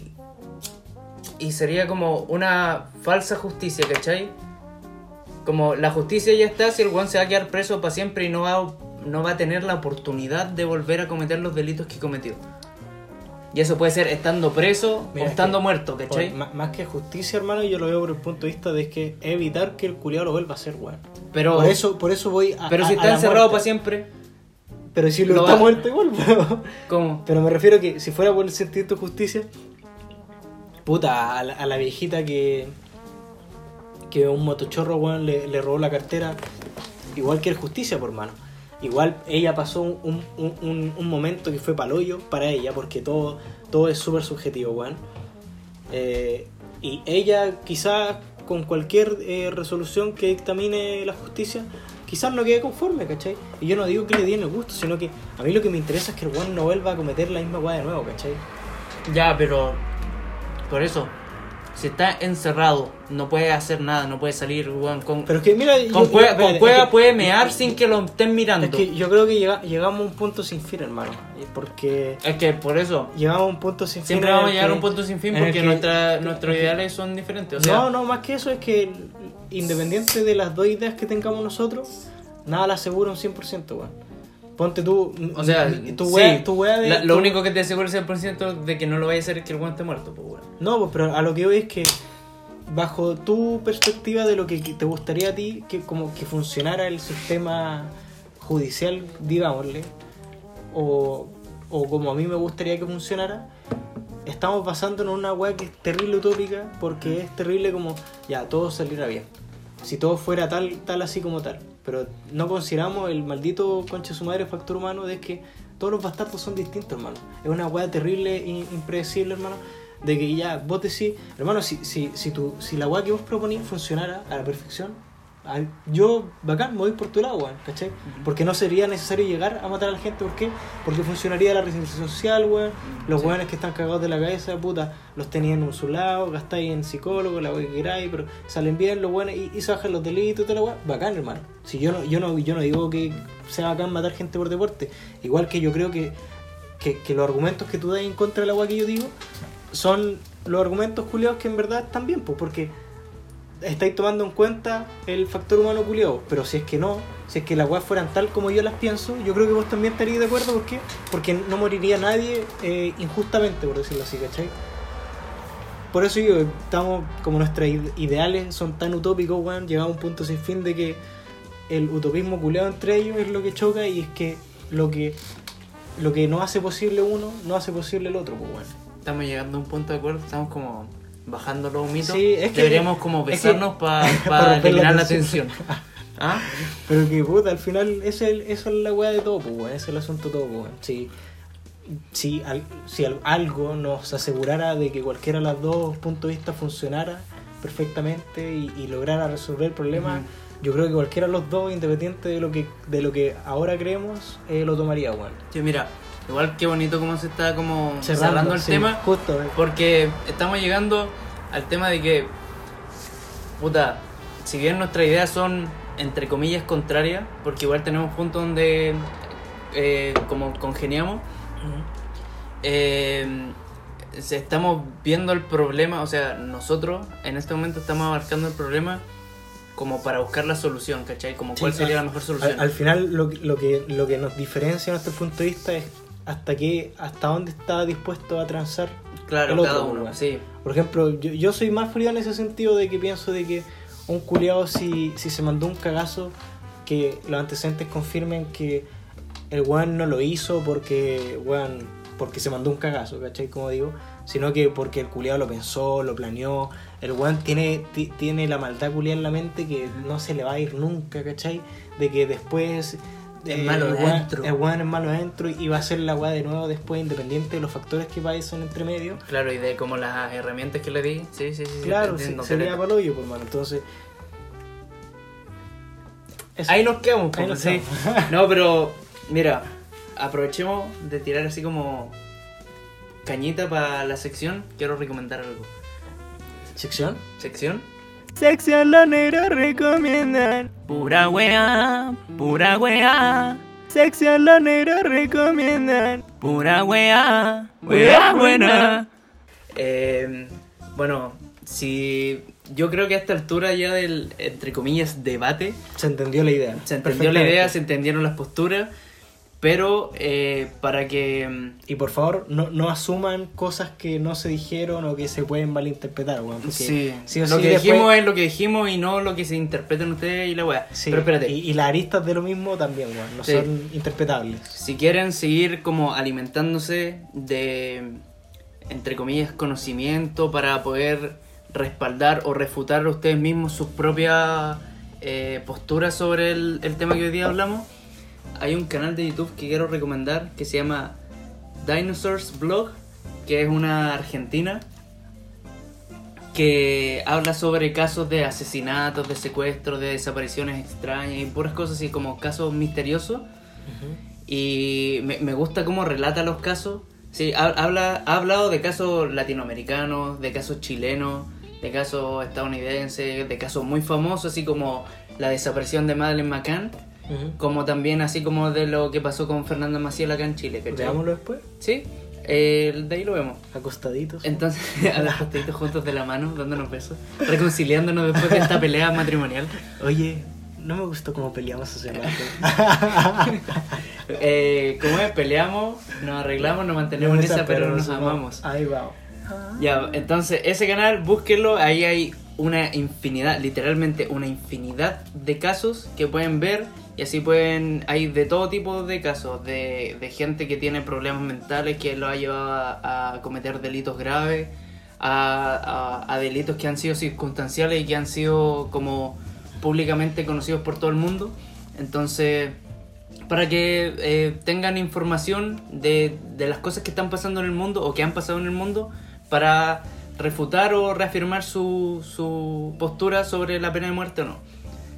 S2: y sería como una falsa justicia, ¿cachai? Como la justicia ya está, si el weón se va a quedar preso para siempre y no va, no va a tener la oportunidad de volver a cometer los delitos que cometió. Y eso puede ser estando preso
S3: Mira,
S2: o
S3: es
S2: estando
S3: que,
S2: muerto, ¿cachai?
S3: Más, más que justicia, hermano, yo lo veo por el punto de vista de que evitar que el culiado lo vuelva a hacer, weón.
S2: Pero,
S3: Por eso, por eso voy a.
S2: pero
S3: a-
S2: si
S3: a
S2: está
S3: la
S2: encerrado
S3: muerte.
S2: para siempre,
S3: Pero si lo,
S2: lo
S3: está
S2: va-
S3: muerto igual, pero.
S2: ¿cómo?
S3: Pero me refiero que si fuera por el sentimiento de justicia, puta, a la, a la viejita que. que un motochorro, weón, le, le robó la cartera, igual que el justicia, por mano. Igual ella pasó un, un, un, un momento que fue paloyo para ella, porque todo, todo es súper subjetivo, weón. Eh, y ella, quizás con cualquier eh, resolución que dictamine la justicia, quizás no quede conforme, ¿cachai? Y yo no digo que le den el gusto, sino que a mí lo que me interesa es que el weón no vuelva a cometer la misma weá de nuevo, ¿cachai?
S2: Ya, pero por eso, si está encerrado, no puede hacer nada, no puede salir, weón, con,
S3: Pero es que mira,
S2: con
S3: yo-
S2: cueva,
S3: espérate,
S2: con cueva
S3: es que-
S2: puede mear sin que lo estén mirando.
S3: Es que yo creo que llega- llegamos a un punto sin fin, hermano. Porque
S2: Es que por eso,
S3: llegamos a un punto sin fin.
S2: siempre
S3: en
S2: vamos a
S3: el
S2: llegar a
S3: que-
S2: un punto sin fin
S3: en el
S2: porque
S3: que-
S2: nuestra,
S3: que-
S2: nuestros
S3: que-
S2: ideales son diferentes. O sea,
S3: no, no, más que eso es que independiente de las dos ideas que tengamos nosotros, nada la asegura un cien por ciento, weón. Ponte tú,
S2: o sea,
S3: tu
S2: sí,
S3: wea, tu wea de...
S2: la- lo
S3: tu-
S2: único que te asegura el cien por ciento de que no lo vaya a hacer es que el weón esté muerto, pues weón.
S3: No, pues, pero a lo que voy es que bajo tu perspectiva de lo que te gustaría a ti que como que funcionara el sistema judicial, digámosle, o, o como a mí me gustaría que funcionara, estamos basándonos en una weá que es terrible utópica, porque es terrible como ya todo saliera bien, si todo fuera tal, tal así como tal, pero no consideramos el maldito concha de su madre factor humano de que todos los bastardos son distintos, hermano. Es una weá terrible e impredecible, hermano, de que ya vos decís, hermano, si, si, si, tu, si la weá que vos proponís funcionara a la perfección, Al- Yo, bacán, me voy por tu lado, weón, ¿cachai? Porque no sería necesario llegar a matar a la gente, ¿por qué? Porque funcionaría la resistencia social, weón. Los
S2: Sí.
S3: weones que están cagados de la cabeza, puta, los tenían en su lado, gastáis en psicólogo, la weá que queráis, pero salen bien los weones y, y se bajan los delitos y toda la weá. Bacán, hermano. Si yo no, yo no, yo no digo que sea bacán matar gente por deporte. Igual que yo creo que, que, que los argumentos que tú das en contra de la weá que yo digo son los argumentos culiados que en verdad están bien, pues, porque estáis tomando en cuenta el factor humano culiado. Pero si es que no, si es que las weas fueran tal como yo las pienso, yo creo que vos también estaríais de acuerdo. ¿Por qué? Porque no moriría nadie eh, injustamente, por decirlo así, ¿cachai? Por eso yo, estamos, como nuestros ide- ideales son tan utópicos, weón, llegamos a un punto sin fin de que el utopismo culiado entre ellos es lo que choca, y es que lo que lo que no hace posible uno, no hace posible el otro, pues bueno.
S2: Estamos llegando a un punto de acuerdo, estamos como bajando los mitos.
S3: Sí, es que-
S2: Deberíamos como
S3: es que-
S2: besarnos para
S3: pa romper la
S2: eliminar la
S3: tensión.
S2: tensión. ¿Ah?
S3: Pero que puta, al final ese es el- eso es la weá de todo, pues weón, ese es el asunto de todo, pues weón. Si, si, al- si al- algo nos asegurara de que cualquiera de los dos puntos de vista funcionara perfectamente y, y lograra resolver el problema,
S2: Ujú.
S3: yo creo que cualquiera de los dos, independiente de lo que de lo que ahora creemos, eh, lo tomaría, weón.
S2: Sí, mira, igual qué bonito cómo se está como
S3: Cerrando,
S2: cerrando, el
S3: sí,
S2: tema.
S3: justo, eh.
S2: Porque estamos llegando al tema de que, puta, si bien nuestras ideas son, entre comillas, contrarias, porque igual tenemos puntos donde eh, como congeniamos, eh, se- estamos viendo el problema, o sea, nosotros en este momento estamos abarcando el problema como para buscar la solución, ¿cachai? Como
S3: Sí,
S2: cuál sería
S3: al-
S2: la mejor solución.
S3: Al, al final lo, que- lo que lo que nos diferencia a nuestro punto de vista es hasta qué hasta dónde está dispuesto a transar
S2: claro,
S3: el otro,
S2: cada uno,
S3: weón.
S2: sí.
S3: Por ejemplo, yo, yo soy más frío en ese sentido de que pienso de que un culiao si, si se mandó un cagazo, que los antecedentes confirmen que el weón no lo hizo porque weón, porque se mandó un cagazo, ¿cachai? Como digo, sino que porque el culiao lo pensó, lo planeó. El weón tiene, ti- tiene la maldad culiada en la mente que no se le va a ir nunca, ¿cachai? De que después
S2: Es malo
S3: el weón-
S2: adentro.
S3: el weón es malo adentro y va a hacer la weá de nuevo después, independiente de los factores que pasen entre medio.
S2: Claro, y de como las herramientas que le di, sí, sí, sí. sí,
S3: Claro,
S2: te
S3: se-
S2: entiendo,
S3: sería
S2: caleta.
S3: para hoyo, por mano. Entonces. eso.
S2: Ahí nos quedamos,
S3: Ahí
S2: pues,
S3: nos
S2: sí.
S3: quedamos.
S2: No, pero mira, aprovechemos de tirar así como cañita para la sección. Quiero recomendar algo.
S3: ¿Sección?
S2: ¿Sección?
S4: Sección Los Negros recomiendan. Pura wea, pura wea. Sección Los Negros recomiendan. Pura wea, wea buena.
S2: Eh, bueno, si yo creo que a esta altura ya del, entre comillas, debate,
S3: Se entendió la idea.
S2: se entendió la idea,
S3: Perfectamente.
S2: se entendieron las posturas, pero eh, para que...
S3: Y por favor, no, no asuman cosas que no se dijeron o que se pueden malinterpretar, weón. Porque
S2: Sí,
S3: sí o
S2: lo
S3: sí
S2: que
S3: después-
S2: dijimos es lo que dijimos y no lo que se interpreten ustedes y la weá.
S3: Sí,
S2: Pero espérate,
S3: Y, y las aristas de lo mismo también, weón. No
S2: Sí.
S3: son interpretables.
S2: si quieren seguir como alimentándose de, entre comillas, conocimiento para poder respaldar o refutar ustedes mismos sus propias eh, posturas sobre el, el tema que hoy día hablamos, hay un canal de YouTube que quiero recomendar que se llama Dinosaurs Blog, que es una argentina que habla sobre casos de asesinatos, de secuestros, de desapariciones extrañas y puras cosas así como casos misteriosos. Y me, me gusta cómo relata los casos. Sí, ha, habla, ha hablado de casos latinoamericanos, de casos chilenos, de casos estadounidenses, de casos muy famosos, así como la desaparición de Madeleine McCann,
S3: Ujú.
S2: como también así como de lo que pasó con Fernanda Maciel acá en Chile, ¿cachai?
S3: Veámoslo después.
S2: Sí, eh, de ahí lo vemos.
S3: Acostaditos.
S2: Entonces, a los costaditos juntos de la mano, dándonos besos, reconciliándonos después de esta pelea matrimonial.
S3: Oye, no me gustó cómo peleamos hace rato.
S2: Eh, como es, peleamos, nos arreglamos, nos mantenemos en esa, pero nos amamos.
S3: Ahí va.
S2: Ya, entonces ese canal, búsquenlo, ahí hay una infinidad, literalmente una infinidad de casos que pueden ver y así pueden, hay de todo tipo de casos, de, de gente que tiene problemas mentales que lo ha llevado a, a cometer delitos graves, a, a, a delitos que han sido circunstanciales y que han sido como públicamente conocidos por todo el mundo. Entonces, para que eh, tengan información de, de las cosas que están pasando en el mundo o que han pasado en el mundo para refutar o reafirmar su, su postura sobre la pena de muerte o no.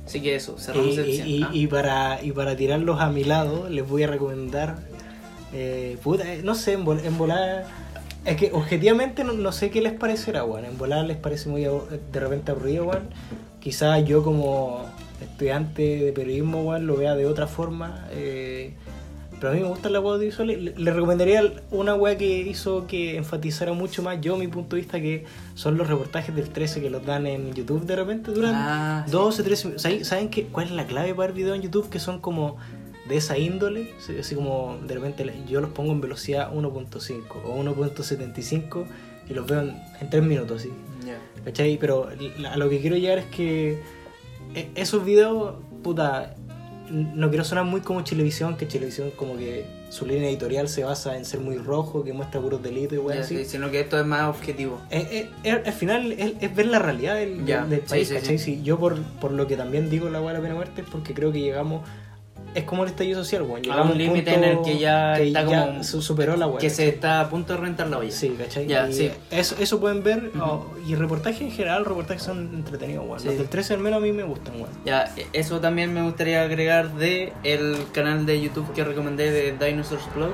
S2: Así que eso, cerramos
S3: Y,
S2: sección.
S3: y,
S2: ¿ah?
S3: y, para, y para tirarlos a mi lado, les voy a recomendar. Eh, puta, eh, no sé, en, vol- en volar. Es que objetivamente no, no sé qué les parecerá, weón. En volar les parece muy abur- de repente aburrido, weón. Quizás yo, como estudiante de periodismo, weón, lo vea de otra forma. Eh, pero a mí me gustan las weas audiovisuales. Le, le recomendaría una wea que hizo que enfatizara mucho más yo, mi punto de vista, que son los reportajes del trece que los dan en YouTube de repente. Duran
S2: Ah, sí.
S3: doce, trece minutos. ¿Saben, ¿saben qué, cuál es la clave para ver videos en YouTube? Que son como de esa índole. Así, así como de repente yo los pongo en velocidad uno punto cinco o uno punto setenta y cinco y los veo en, en tres minutos, así.
S2: Ya.
S3: ¿Cachai? Pero la- a lo que quiero llegar es que e- esos videos, puta, n- no quiero sonar muy como Chilevisión, que Chilevisión como que su línea editorial se basa en ser muy rojo, que muestra puros delitos y weas
S2: Ya,
S3: así.
S2: sí, sino que esto es más objetivo.
S3: Eh, eh, eh, al final es, es ver la realidad del,
S2: Ya,
S3: del- del
S2: sí,
S3: país,
S2: sí,
S3: ¿cachai?
S2: sí.
S3: Sí, yo por, por lo que también digo la weá de la pena de muerte es porque creo que llegamos, es como el estallido social, weón.
S2: A
S3: Llegamos
S2: un límite
S3: punto
S2: en el que ya está
S3: ya
S2: como-
S3: su- superó la weá.
S2: Que se está a punto de rentar la olla.
S3: Sí, ¿cachai?
S2: Ya,
S3: Y
S2: sí.
S3: Eso, eso pueden ver. Oh, y reportajes en general, reportajes son entretenidos, weón.
S2: Sí.
S3: Los del trece al menos a mí me gustan, weón.
S2: Ya, eso también me gustaría agregar de el canal de YouTube que recomendé de Dinosaurs Blog,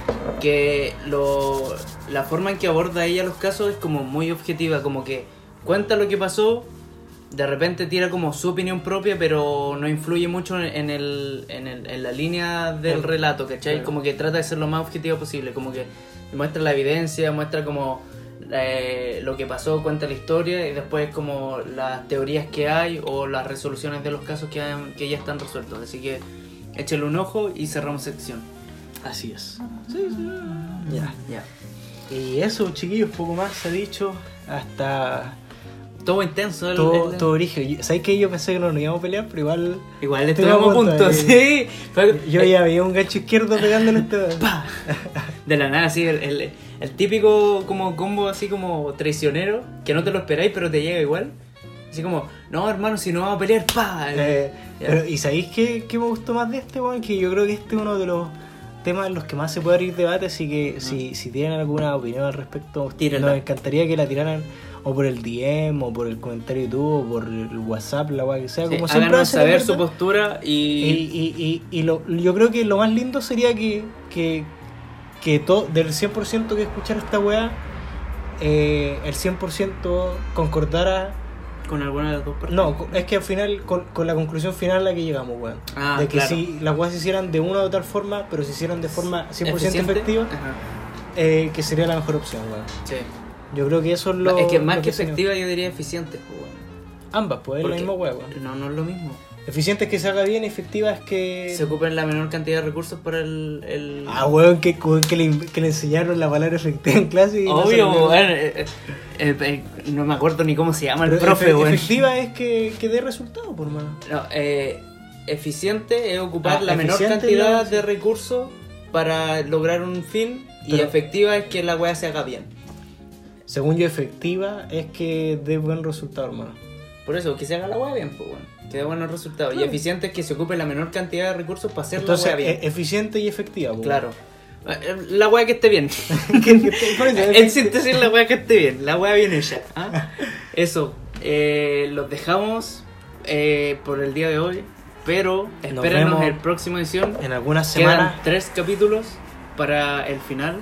S2: que lo, la forma en que aborda ella los casos es como muy objetiva, como que cuenta lo que pasó, de repente tira como su opinión propia, pero no influye mucho en, el, en, el, en la línea del
S3: Claro.
S2: relato, ¿cachai?
S3: Claro.
S2: Como que trata de ser lo más objetivo posible, como que muestra la evidencia, muestra como eh, lo que pasó, cuenta la historia y después como las teorías que hay o las resoluciones de los casos que, han- que ya están resueltos. Así que échale un ojo y cerramos sección.
S3: Así es. Sí, sí. Ya.
S2: Ya.
S3: Y eso, chiquillos, poco más se ha dicho. Hasta
S2: Todo intenso. El,
S3: todo,
S2: el-
S3: todo origen. ¿Sabes que yo pensé que no nos íbamos a pelear? Pero igual.
S2: Igual
S3: Estuvimos
S2: estuvimos a
S3: a punto,
S2: punto,
S3: eh.
S2: sí. Fue-
S3: Yo ya veía un gancho izquierdo pegándole este.
S2: ¡Pah! De la nada, sí, el, el- el típico como combo así como traicionero, que no te lo esperáis pero te llega igual. Así como, no hermano, si no vamos a pelear, pa.
S3: Eh,
S2: Ya.
S3: pero, ¿y sabéis qué, qué me gustó más de este, weón? Que yo creo que este es uno de los temas en los que más se puede abrir debate, así que si, si tienen alguna opinión al respecto,
S2: Tírenla.
S3: nos encantaría que la tiraran o por el D M, o por el comentario de YouTube, o por el WhatsApp, la weá que sea,
S2: Sí,
S3: como siempre
S2: háganos
S3: hacen,
S2: saber
S3: ¿verdad?
S2: su postura
S3: Y,
S2: y,
S3: y, y, y lo, yo creo que lo más lindo sería que, que, que todo, del cien por ciento que escuchara esta weá, eh, el cien por ciento concordara.
S2: con alguna de las dos partes.
S3: No, co- es que al final, con, con la conclusión final a la que llegamos, weón.
S2: Ah,
S3: de que
S2: claro.
S3: si las weas se hicieran de una u otra forma, pero se hicieran de forma cien por ciento
S2: ¿Eficiente?
S3: efectiva,
S2: Ajá.
S3: eh, que sería la mejor opción, weón.
S2: Sí.
S3: Yo creo que eso es lo.
S2: es que más
S3: lo
S2: que
S3: sería.
S2: efectiva yo diría eficiente, pues, weón.
S3: Ambas, pues es la
S2: Porque-
S3: misma wea, weón.
S2: No, no es lo mismo.
S3: Eficiente es que se haga bien, efectiva es que.
S2: Se ocupen la menor cantidad de recursos para el... el...
S3: Ah, weón, que, weón, que, le, que le enseñaron la palabra efectiva en clase y no se
S2: Obvio,
S3: lo-
S2: weón. eh, eh, eh, eh, no me acuerdo ni cómo se llama el
S3: Pero
S2: profe,
S3: efe-
S2: weón.
S3: efectiva es que, que dé resultado, por mano.
S2: No, eh, eficiente es ocupar
S3: Ah,
S2: la menor
S3: eficiente
S2: cantidad
S3: la-
S2: de recursos para lograr un fin y
S3: Pero-
S2: efectiva es que la weá se haga bien.
S3: Según yo, efectiva es que dé buen resultado, hermano.
S2: Por eso, que se haga la weá bien, pues bueno, que dé buenos resultados. Y
S3: Claro.
S2: eficiente es que se ocupe la menor cantidad de recursos para hacer
S3: Entonces,
S2: la weá bien.
S3: e- eficiente y efectiva, po.
S2: Claro. Eh, La weá que esté bien.
S3: Que- que- por eso,
S2: En síntesis, la weá que esté bien, la weá bien hecha. ¿ah? Eso, eh, los dejamos eh, por el día de hoy, pero
S3: Nos
S2: espérenos
S3: vemos
S2: el próximo edición.
S3: En algunas
S2: Quedan
S3: semanas.
S2: tres capítulos para el final,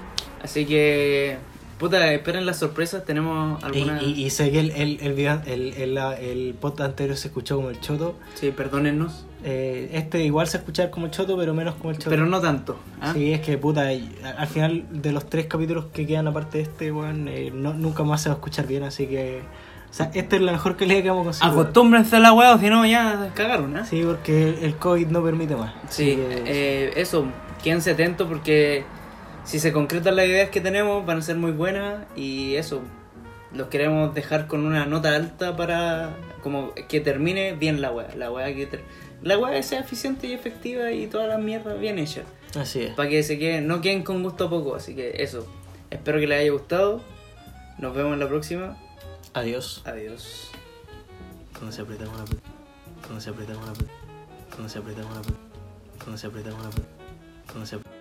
S2: así que puta, esperen las sorpresas. Tenemos
S3: Y,
S2: alguna.
S3: y, y sé que el, el, el, video- el, el, la- el podcast anterior se escuchó como el choto.
S2: Sí, perdónennos,
S3: Eh, este igual se escucha como el choto, pero menos como el choto.
S2: pero no tanto. ¿ah?
S3: Sí, es que puta, y a- al final de los tres capítulos que quedan aparte de este, weón, eh, no, nunca más se va a escuchar bien, así que. O sea, esta es la mejor calidad que vamos a conseguir.
S2: Acostúmbrense a la weá, o si no, ya cagaron, ¿eh?
S3: Sí, porque el COVID no permite más.
S2: Sí,
S3: Así que-
S2: eh, eso, quédense atentos porque si se concretan las ideas que tenemos van a ser muy buenas y eso, los queremos dejar con una nota alta para como que termine bien la weá, la weá que ter- la weá sea eficiente y efectiva y todas las mierdas bien hechas,
S3: Así es.
S2: para que se queden, no queden con gusto a poco, así que eso, espero que les haya gustado, nos vemos en la próxima,
S3: Adiós.
S2: adiós.
S3: Cuando se aprieta una pe- Cuando se aprieta una pe- Cuando se aprieta una pe- Cuando se aprieta una pe- Cuando se aprieta